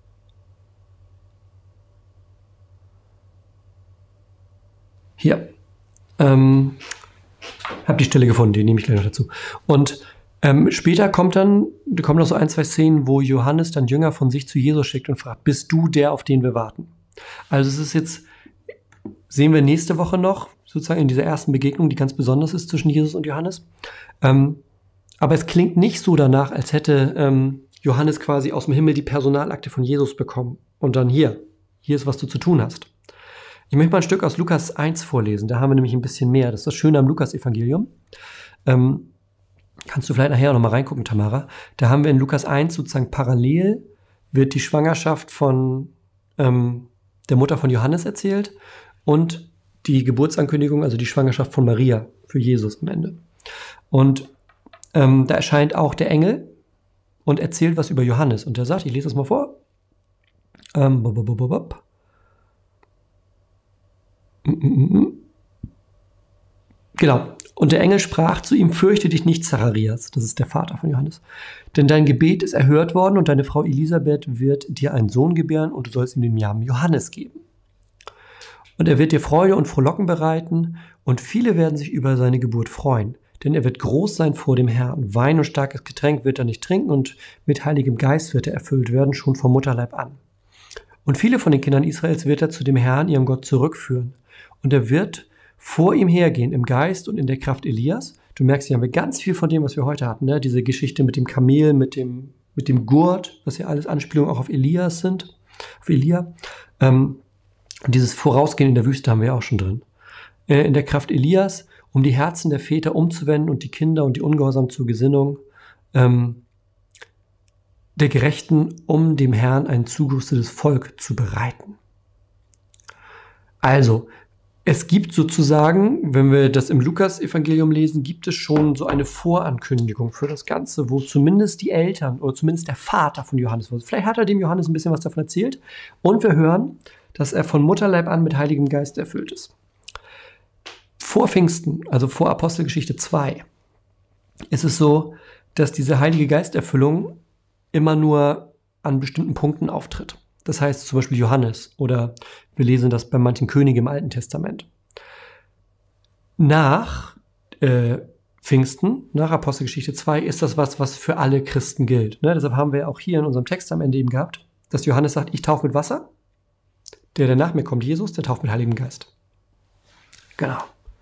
Hier. Ähm, hab die Stelle gefunden, die nehme ich gleich noch dazu. Und ähm, später kommt dann, da kommen noch so ein, zwei Szenen, wo Johannes dann Jünger von sich zu Jesus schickt und fragt, bist du der, auf den wir warten? Also es ist jetzt, sehen wir nächste Woche noch, sozusagen in dieser ersten Begegnung, die ganz besonders ist zwischen Jesus und Johannes. Ähm, aber es klingt nicht so danach, als hätte ähm, Johannes quasi aus dem Himmel die Personalakte von Jesus bekommen. Und dann hier, hier ist, was du zu tun hast. Ich möchte mal ein Stück aus Lukas eins vorlesen, da haben wir nämlich ein bisschen mehr. Das ist das Schöne am Lukas-Evangelium. Ähm, kannst du vielleicht nachher auch noch mal reingucken, Tamara. Da haben wir in Lukas eins sozusagen parallel, wird die Schwangerschaft von ähm, der Mutter von Johannes erzählt und die Geburtsankündigung, also die Schwangerschaft von Maria für Jesus am Ende. Und ähm, da erscheint auch der Engel und erzählt was über Johannes. Und der sagt, ich lese das mal vor. Ähm, bop, bop, bop, bop. Genau. Und der Engel sprach zu ihm, fürchte dich nicht, Zacharias, das ist der Vater von Johannes, denn dein Gebet ist erhört worden und deine Frau Elisabeth wird dir einen Sohn gebären und du sollst ihm den Namen Johannes geben. Und er wird dir Freude und Frohlocken bereiten und viele werden sich über seine Geburt freuen, denn er wird groß sein vor dem Herrn. Wein und starkes Getränk wird er nicht trinken und mit heiligem Geist wird er erfüllt werden, schon vom Mutterleib an. Und viele von den Kindern Israels wird er zu dem Herrn, ihrem Gott, zurückführen. Und er wird vor ihm hergehen im Geist und in der Kraft Elias. Du merkst, hier haben wir ganz viel von dem, was wir heute hatten. Ne? Diese Geschichte mit dem Kamel, mit dem, mit dem Gurt, was ja alles Anspielungen auch auf Elias sind, auf Elia. Ähm, und dieses Vorausgehen in der Wüste haben wir ja auch schon drin. Äh, in der Kraft Elias, um die Herzen der Väter umzuwenden und die Kinder und die Ungehorsam zur Gesinnung ähm, der Gerechten, um dem Herrn ein zugerüstetes Volk zu bereiten. Also, es gibt sozusagen, wenn wir das im Lukas-Evangelium lesen, gibt es schon so eine Vorankündigung für das Ganze, wo zumindest die Eltern oder zumindest der Vater von Johannes war. Vielleicht hat er dem Johannes ein bisschen was davon erzählt. Und wir hören, dass er von Mutterleib an mit Heiligem Geist erfüllt ist. Vor Pfingsten, also vor Apostelgeschichte zwei, ist es so, dass diese Heilige Geisterfüllung immer nur an bestimmten Punkten auftritt. Das heißt zum Beispiel Johannes oder wir lesen das bei manchen Königen im Alten Testament. Nach äh, Pfingsten, nach Apostelgeschichte zwei, ist das was, was für alle Christen gilt. Ne? Deshalb haben wir auch hier in unserem Text am Ende eben gehabt, dass Johannes sagt, ich taufe mit Wasser. der, der nach mir kommt, Jesus, der tauft mit Heiligem Geist. Genau.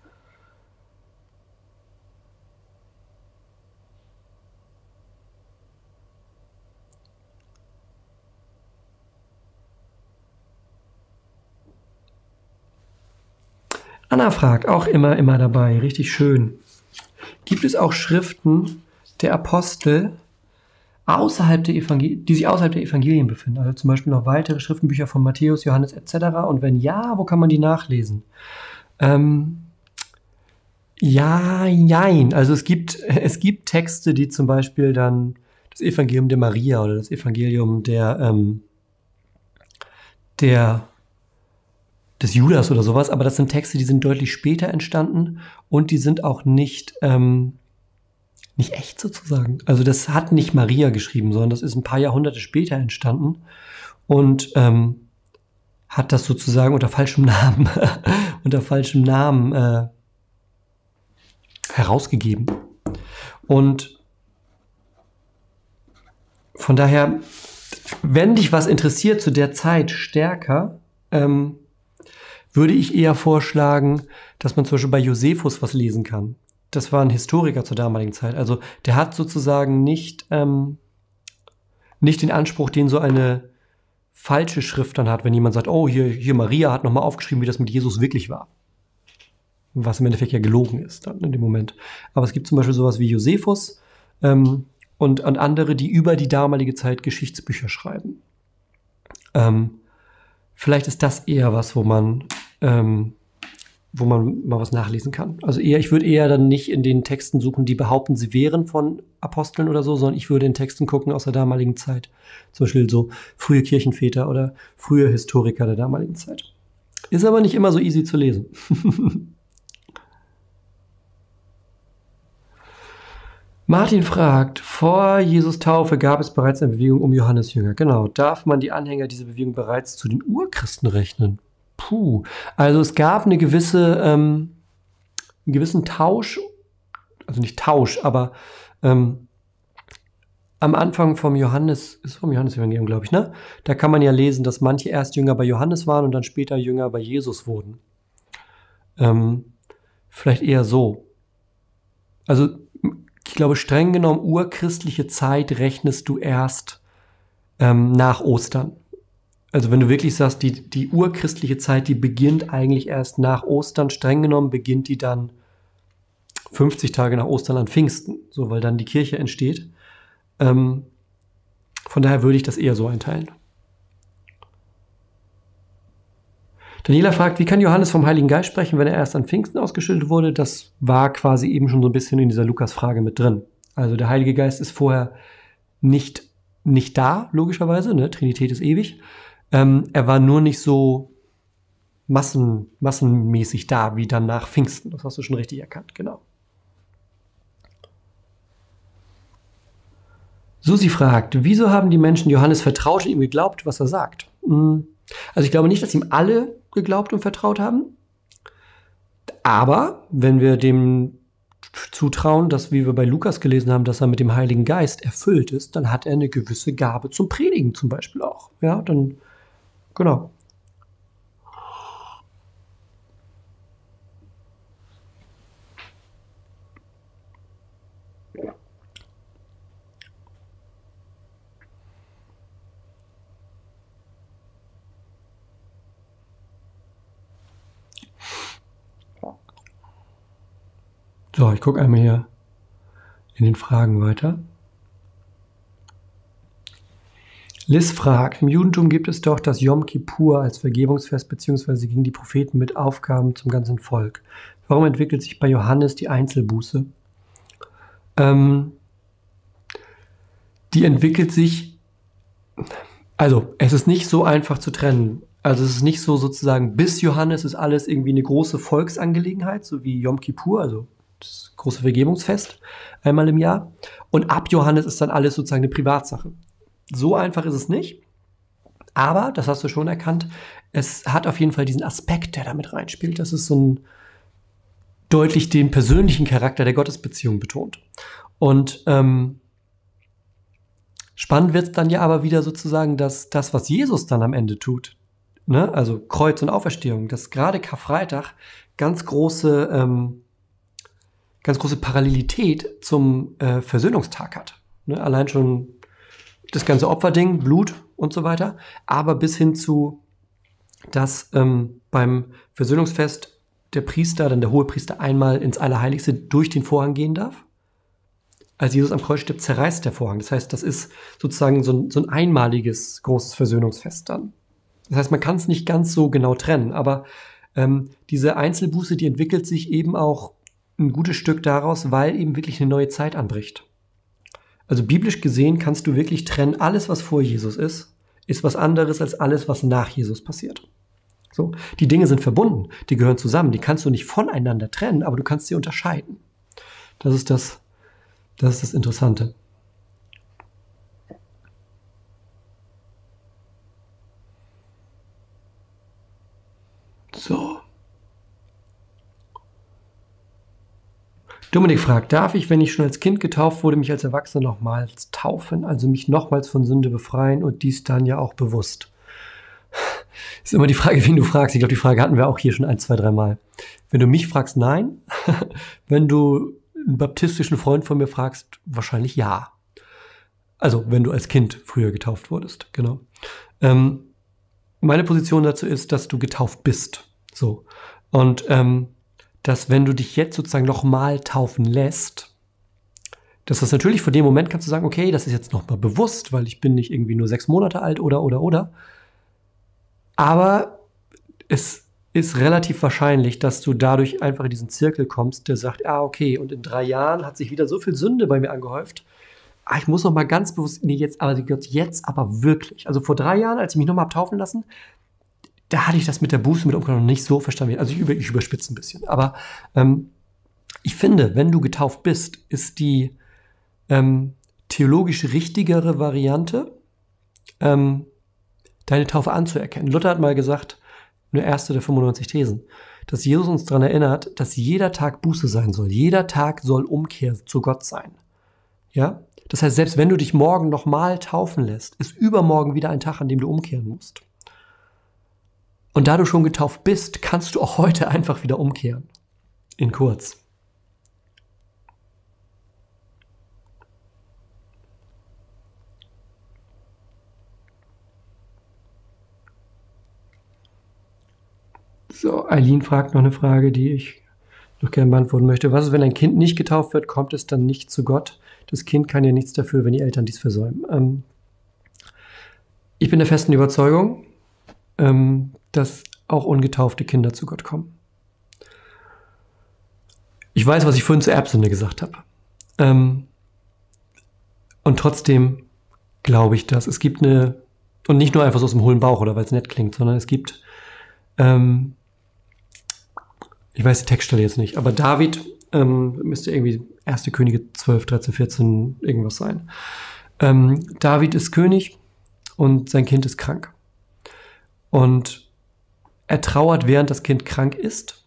Anna fragt, auch immer, immer dabei, richtig schön. Gibt es auch Schriften der Apostel, außerhalb der Evangel- die sich außerhalb der Evangelien befinden? Also zum Beispiel noch weitere Schriftenbücher von Matthäus, Johannes et cetera. Und wenn ja, wo kann man die nachlesen? Ähm, ja, jein. Also es gibt, es gibt Texte, die zum Beispiel dann das Evangelium der Maria oder das Evangelium der, ähm, der des Judas oder sowas, aber das sind Texte, die sind deutlich später entstanden und die sind auch nicht, ähm, nicht echt sozusagen. Also das hat nicht Maria geschrieben, sondern das ist ein paar Jahrhunderte später entstanden und ähm, hat das sozusagen unter falschem Namen, unter falschem Namen äh, herausgegeben. Und von daher, wenn dich was interessiert zu der Zeit stärker, ähm, würde ich eher vorschlagen, dass man zum Beispiel bei Josephus was lesen kann. Das war ein Historiker zur damaligen Zeit. Also der hat sozusagen nicht, ähm, nicht den Anspruch, den so eine falsche Schrift dann hat, wenn jemand sagt, oh, hier, hier Maria hat nochmal aufgeschrieben, wie das mit Jesus wirklich war. Was im Endeffekt ja gelogen ist dann in dem Moment. Aber es gibt zum Beispiel sowas wie Josephus ähm, und, und andere, die über die damalige Zeit Geschichtsbücher schreiben. Ähm, vielleicht ist das eher was, wo man ähm, wo man mal was nachlesen kann. Also eher, ich würde eher dann nicht in den Texten suchen, die behaupten, sie wären von Aposteln oder so, sondern ich würde in Texten gucken aus der damaligen Zeit. Zum Beispiel so frühe Kirchenväter oder frühe Historiker der damaligen Zeit. Ist aber nicht immer so easy zu lesen. Martin fragt, vor Jesus Taufe gab es bereits eine Bewegung um Johannes Jünger. Genau, darf man die Anhänger dieser Bewegung bereits zu den Urchristen rechnen? Puh, also es gab eine gewisse, ähm, einen gewissen Tausch, also nicht Tausch, aber ähm, am Anfang vom Johannes, ist vom Johannes-Evangelium, glaube ich, ne? Da kann man ja lesen, dass manche erst Jünger bei Johannes waren und dann später Jünger bei Jesus wurden. Ähm, vielleicht eher so. Also ich glaube, streng genommen, urchristliche Zeit rechnest du erst ähm, nach Ostern. Also wenn du wirklich sagst, die, die urchristliche Zeit, die beginnt eigentlich erst nach Ostern, streng genommen beginnt die dann fünfzig Tage nach Ostern an Pfingsten, so, weil dann die Kirche entsteht. Ähm, von daher würde ich das eher so einteilen. Daniela fragt, wie kann Johannes vom Heiligen Geist sprechen, wenn er erst an Pfingsten ausgeschüttet wurde? Das war quasi eben schon so ein bisschen in dieser Lukas-Frage mit drin. Also der Heilige Geist ist vorher nicht, nicht da, logischerweise, ne? Trinität ist ewig. Ähm, er war nur nicht so massen, massenmäßig da, wie dann nach Pfingsten. Das hast du schon richtig erkannt, genau. Susi fragt, wieso haben die Menschen Johannes vertraut und ihm geglaubt, was er sagt? Also ich glaube nicht, dass ihm alle geglaubt und vertraut haben. Aber wenn wir dem zutrauen, dass, wie wir bei Lukas gelesen haben, dass er mit dem Heiligen Geist erfüllt ist, dann hat er eine gewisse Gabe zum Predigen zum Beispiel auch. Ja, dann, genau. So, ich gucke einmal hier in den Fragen weiter. Liz fragt, im Judentum gibt es doch das Yom Kippur als Vergebungsfest bzw. gegen die Propheten mit Aufgaben zum ganzen Volk. Warum entwickelt sich bei Johannes die Einzelbuße? Ähm, die entwickelt sich, also es ist nicht so einfach zu trennen. Also es ist nicht so sozusagen, bis Johannes ist alles irgendwie eine große Volksangelegenheit, so wie Yom Kippur, also das große Vergebungsfest einmal im Jahr. Und ab Johannes ist dann alles sozusagen eine Privatsache. So einfach ist es nicht. Aber, das hast du schon erkannt, es hat auf jeden Fall diesen Aspekt, der damit reinspielt. Das ist so ein deutlich den persönlichen Charakter der Gottesbeziehung betont. Und ähm, spannend wird es dann ja aber wieder sozusagen, dass das, was Jesus dann am Ende tut, ne? Also Kreuz und Auferstehung, dass gerade Karfreitag ganz große, ähm, ganz große Parallelität zum äh, Versöhnungstag hat. Ne? Allein schon das ganze Opferding, Blut und so weiter, aber bis hin zu, dass ähm, beim Versöhnungsfest der Priester, dann der Hohepriester, einmal ins Allerheiligste durch den Vorhang gehen darf. Als Jesus am Kreuz stirbt, zerreißt der Vorhang. Das heißt, das ist sozusagen so ein, so ein einmaliges großes Versöhnungsfest dann. Das heißt, man kann es nicht ganz so genau trennen, aber ähm, diese Einzelbuße, die entwickelt sich eben auch ein gutes Stück daraus, weil eben wirklich eine neue Zeit anbricht. Also biblisch gesehen kannst du wirklich trennen, alles, was vor Jesus ist, ist was anderes als alles, was nach Jesus passiert. So, die Dinge sind verbunden, die gehören zusammen, die kannst du nicht voneinander trennen, aber du kannst sie unterscheiden. Das ist das, das ist das Interessante. So. Dominik fragt, darf ich, wenn ich schon als Kind getauft wurde, mich als Erwachsener nochmals taufen, also mich nochmals von Sünde befreien und dies dann ja auch bewusst? Ist immer die Frage, wen du fragst. Ich glaube, die Frage hatten wir auch hier schon ein, zwei, drei Mal. Wenn du mich fragst, nein. Wenn du einen baptistischen Freund von mir fragst, wahrscheinlich ja. Also, wenn du als Kind früher getauft wurdest, genau. Ähm, meine Position dazu ist, dass du getauft bist. So. Und ähm, dass, wenn du dich jetzt sozusagen nochmal taufen lässt, dass das natürlich vor dem Moment kannst du sagen, okay, das ist jetzt nochmal bewusst, weil ich bin nicht irgendwie nur sechs Monate alt oder, oder, oder. Aber es ist relativ wahrscheinlich, dass du dadurch einfach in diesen Zirkel kommst, der sagt, ah, okay, und in drei Jahren hat sich wieder so viel Sünde bei mir angehäuft. Ah, ich muss noch mal ganz bewusst, nee, jetzt, aber jetzt aber wirklich. Also vor drei Jahren, als ich mich noch mal habe taufen lassen, da hatte ich das mit der Buße, mit Umkehr noch nicht so verstanden. Also ich, über, ich überspitze ein bisschen. Aber ähm, ich finde, wenn du getauft bist, ist die ähm, theologisch richtigere Variante, ähm, deine Taufe anzuerkennen. Luther hat mal gesagt, eine erste der fünfundneunzig Thesen, dass Jesus uns daran erinnert, dass jeder Tag Buße sein soll. Jeder Tag soll Umkehr zu Gott sein. Ja? Das heißt, selbst wenn du dich morgen nochmal taufen lässt, ist übermorgen wieder ein Tag, an dem du umkehren musst. Und da du schon getauft bist, kannst du auch heute einfach wieder umkehren. In kurz. So, Eileen fragt noch eine Frage, die ich noch gerne beantworten möchte. Was ist, wenn ein Kind nicht getauft wird, kommt es dann nicht zu Gott? Das Kind kann ja nichts dafür, wenn die Eltern dies versäumen. Ähm, ich bin der festen Überzeugung, ähm, dass auch ungetaufte Kinder zu Gott kommen. Ich weiß, was ich vorhin zur Erbsünde gesagt habe. Ähm, und trotzdem glaube ich, dass es gibt eine, und nicht nur einfach so aus dem hohlen Bauch oder weil es nett klingt, sondern es gibt ähm, ich weiß die Textstelle jetzt nicht, aber David ähm, müsste irgendwie erste Könige zwölf, dreizehn, vierzehn irgendwas sein. Ähm, David ist König und sein Kind ist krank. Und er trauert, während das Kind krank ist.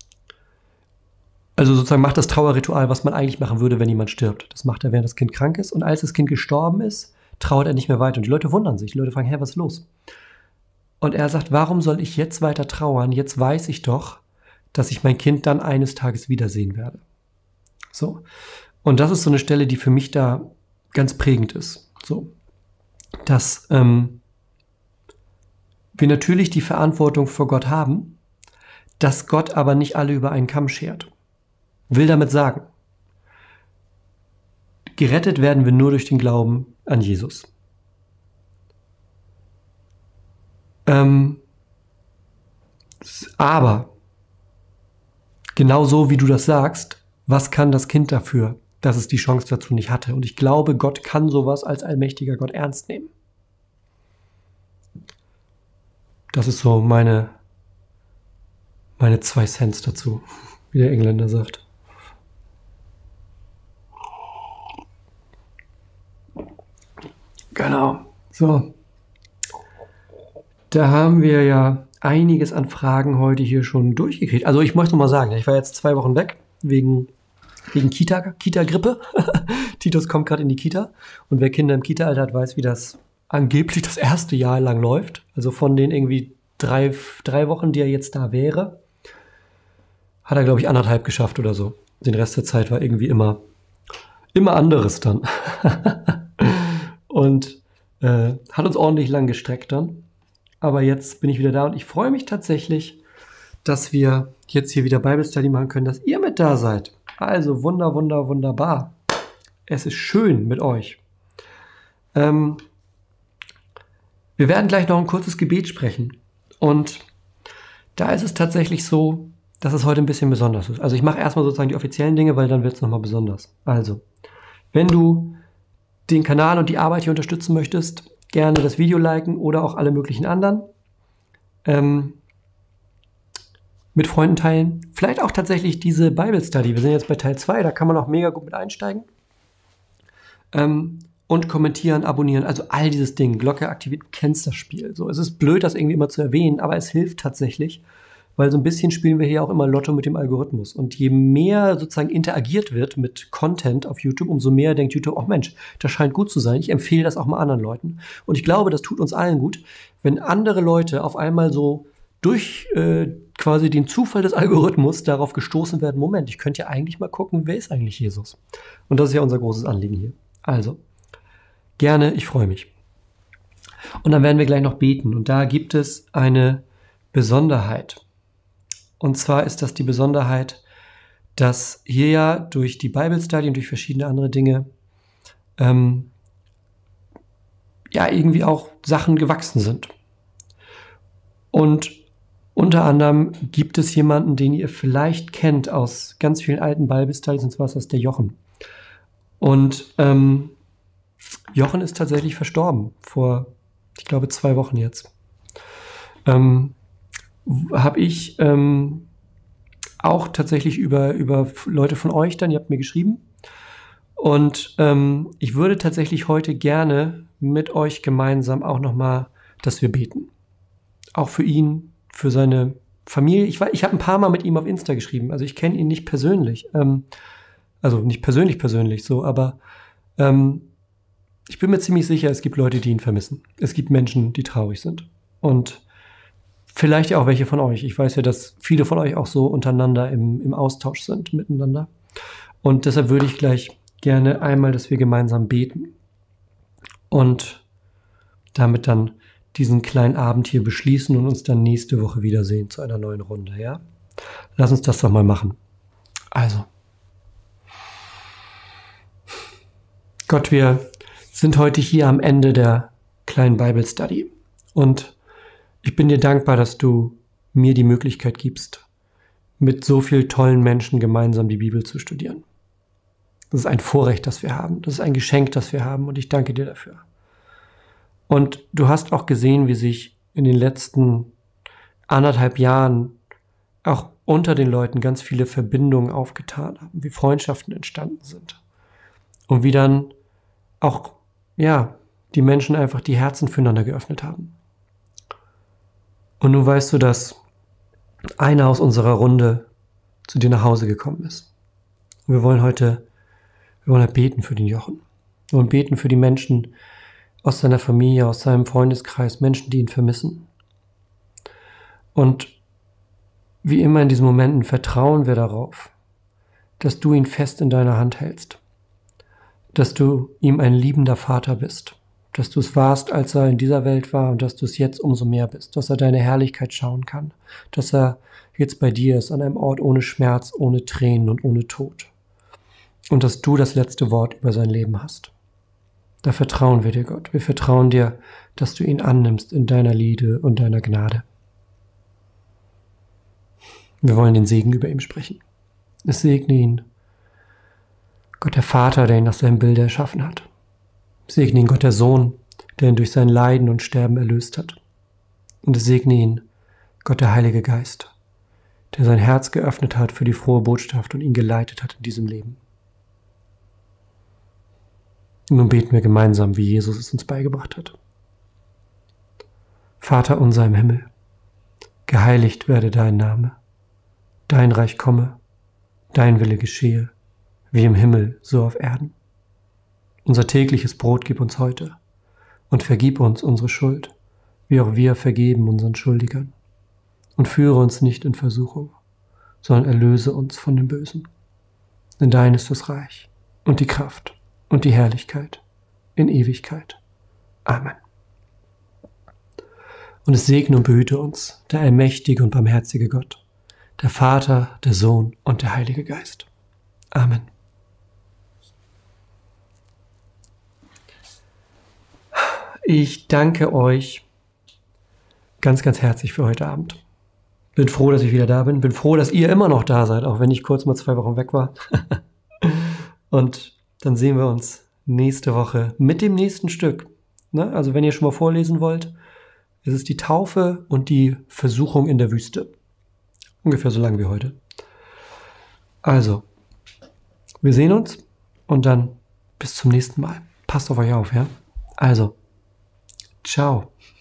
Also sozusagen macht das Trauerritual, was man eigentlich machen würde, wenn jemand stirbt. Das macht er, während das Kind krank ist. Und als das Kind gestorben ist, trauert er nicht mehr weiter. Und die Leute wundern sich. Die Leute fragen, hä, was ist los? Und er sagt, warum soll ich jetzt weiter trauern? Jetzt weiß ich doch, dass ich mein Kind dann eines Tages wiedersehen werde. So. Und das ist so eine Stelle, die für mich da ganz prägend ist. So. Dass ähm, wir natürlich die Verantwortung vor Gott haben, dass Gott aber nicht alle über einen Kamm schert. Will damit sagen, gerettet werden wir nur durch den Glauben an Jesus. Ähm, aber genau so, wie du das sagst, was kann das Kind dafür, dass es die Chance dazu nicht hatte? Und ich glaube, Gott kann sowas als allmächtiger Gott ernst nehmen. Das ist so meine, meine zwei Cents dazu, wie der Engländer sagt. Genau. So. Da haben wir ja einiges an Fragen heute hier schon durchgekriegt. Also ich möchte noch mal sagen, ich war jetzt zwei Wochen weg wegen, wegen Kita, Kita-Grippe. Titus kommt gerade in die Kita. Und wer Kinder im Kita-Alter hat, weiß, wie das angeblich das erste Jahr lang läuft. Also von den irgendwie drei, drei Wochen, die er jetzt da wäre, hat er, glaube ich, anderthalb geschafft oder so. Den Rest der Zeit war irgendwie immer, immer anderes dann. Und äh, hat uns ordentlich lang gestreckt dann. Aber jetzt bin ich wieder da und ich freue mich tatsächlich, dass wir jetzt hier wieder Bible Study machen können, dass ihr mit da seid. Also wunder, wunder, wunderbar. Es ist schön mit euch. Ähm, wir werden gleich noch ein kurzes Gebet sprechen. Und da ist es tatsächlich so, dass es heute ein bisschen besonders ist. Also ich mache erstmal sozusagen die offiziellen Dinge, weil dann wird es nochmal besonders. Also, wenn du den Kanal und die Arbeit hier unterstützen möchtest, gerne das Video liken oder auch alle möglichen anderen. Ähm, mit Freunden teilen. Vielleicht auch tatsächlich diese Bible Study. Wir sind jetzt bei Teil zwei, da kann man auch mega gut mit einsteigen. Ähm, und kommentieren, abonnieren, also all dieses Ding. Glocke aktiviert, du kennst das Spiel. So, es ist blöd, das irgendwie immer zu erwähnen, aber es hilft tatsächlich, weil so ein bisschen spielen wir hier auch immer Lotto mit dem Algorithmus. Und je mehr sozusagen interagiert wird mit Content auf YouTube, umso mehr denkt YouTube, oh Mensch, das scheint gut zu sein. Ich empfehle das auch mal anderen Leuten. Und ich glaube, das tut uns allen gut, wenn andere Leute auf einmal so durch äh, quasi den Zufall des Algorithmus darauf gestoßen werden, Moment, ich könnte ja eigentlich mal gucken, wer ist eigentlich Jesus? Und das ist ja unser großes Anliegen hier. Also, gerne, ich freue mich. Und dann werden wir gleich noch beten. Und da gibt es eine Besonderheit. Und zwar ist das die Besonderheit, dass hier ja durch die Bible Study und durch verschiedene andere Dinge ähm, ja irgendwie auch Sachen gewachsen sind. Und unter anderem gibt es jemanden, den ihr vielleicht kennt aus ganz vielen alten Bible Studies, und zwar ist das der Jochen. Und ähm, Jochen ist tatsächlich verstorben vor, ich glaube, zwei Wochen jetzt. Ähm, habe ich ähm, auch tatsächlich über, über Leute von euch dann, ihr habt mir geschrieben. Und ähm, ich würde tatsächlich heute gerne mit euch gemeinsam auch nochmal, dass wir beten. Auch für ihn, für seine Familie. Ich, ich habe ein paar Mal mit ihm auf Insta geschrieben, also ich kenne ihn nicht persönlich. Ähm, also nicht persönlich persönlich so, aber ähm, ich bin mir ziemlich sicher, es gibt Leute, die ihn vermissen. Es gibt Menschen, die traurig sind. Und vielleicht ja auch welche von euch. Ich weiß ja, dass viele von euch auch so untereinander im, im Austausch sind, miteinander. Und deshalb würde ich gleich gerne einmal, dass wir gemeinsam beten. Und damit dann diesen kleinen Abend hier beschließen und uns dann nächste Woche wiedersehen zu einer neuen Runde, ja? Lass uns das doch mal machen. Also. Gott, wir sind heute hier am Ende der kleinen Bible Study. Und ich bin dir dankbar, dass du mir die Möglichkeit gibst, mit so vielen tollen Menschen gemeinsam die Bibel zu studieren. Das ist ein Vorrecht, das wir haben. Das ist ein Geschenk, das wir haben. Und ich danke dir dafür. Und du hast auch gesehen, wie sich in den letzten anderthalb Jahren auch unter den Leuten ganz viele Verbindungen aufgetan haben, wie Freundschaften entstanden sind. Und wie dann auch, ja, die Menschen einfach die Herzen füreinander geöffnet haben. Und nun weißt du, dass einer aus unserer Runde zu dir nach Hause gekommen ist. Und wir wollen heute, wir wollen halt beten für den Jochen. Wir wollen beten für die Menschen aus seiner Familie, aus seinem Freundeskreis, Menschen, die ihn vermissen. Und wie immer in diesen Momenten vertrauen wir darauf, dass du ihn fest in deiner Hand hältst. Dass du ihm ein liebender Vater bist. Dass du es warst, als er in dieser Welt war und dass du es jetzt umso mehr bist. Dass er deine Herrlichkeit schauen kann. Dass er jetzt bei dir ist, an einem Ort ohne Schmerz, ohne Tränen und ohne Tod. Und dass du das letzte Wort über sein Leben hast. Da vertrauen wir dir, Gott. Wir vertrauen dir, dass du ihn annimmst in deiner Liebe und deiner Gnade. Wir wollen den Segen über ihm sprechen. Es segne ihn. Gott der Vater, der ihn nach seinem Bilde erschaffen hat. Segne ihn Gott der Sohn, der ihn durch sein Leiden und Sterben erlöst hat. Und es segne ihn Gott der Heilige Geist, der sein Herz geöffnet hat für die frohe Botschaft und ihn geleitet hat in diesem Leben. Und nun beten wir gemeinsam, wie Jesus es uns beigebracht hat. Vater unser im Himmel, geheiligt werde dein Name, dein Reich komme, dein Wille geschehe, wie im Himmel, so auf Erden. Unser tägliches Brot gib uns heute und vergib uns unsere Schuld, wie auch wir vergeben unseren Schuldigern. Und führe uns nicht in Versuchung, sondern erlöse uns von dem Bösen. Denn dein ist das Reich und die Kraft und die Herrlichkeit in Ewigkeit. Amen. Und es segne und behüte uns der allmächtige und barmherzige Gott, der Vater, der Sohn und der Heilige Geist. Amen. Ich danke euch ganz, ganz herzlich für heute Abend. Bin froh, dass ich wieder da bin. Bin froh, dass ihr immer noch da seid, auch wenn ich kurz mal zwei Wochen weg war. Und dann sehen wir uns nächste Woche mit dem nächsten Stück. Ne? Also wenn ihr schon mal vorlesen wollt, ist es die Taufe und die Versuchung in der Wüste. Ungefähr so lang wie heute. Also, wir sehen uns und dann bis zum nächsten Mal. Passt auf euch auf, ja? Also, ciao.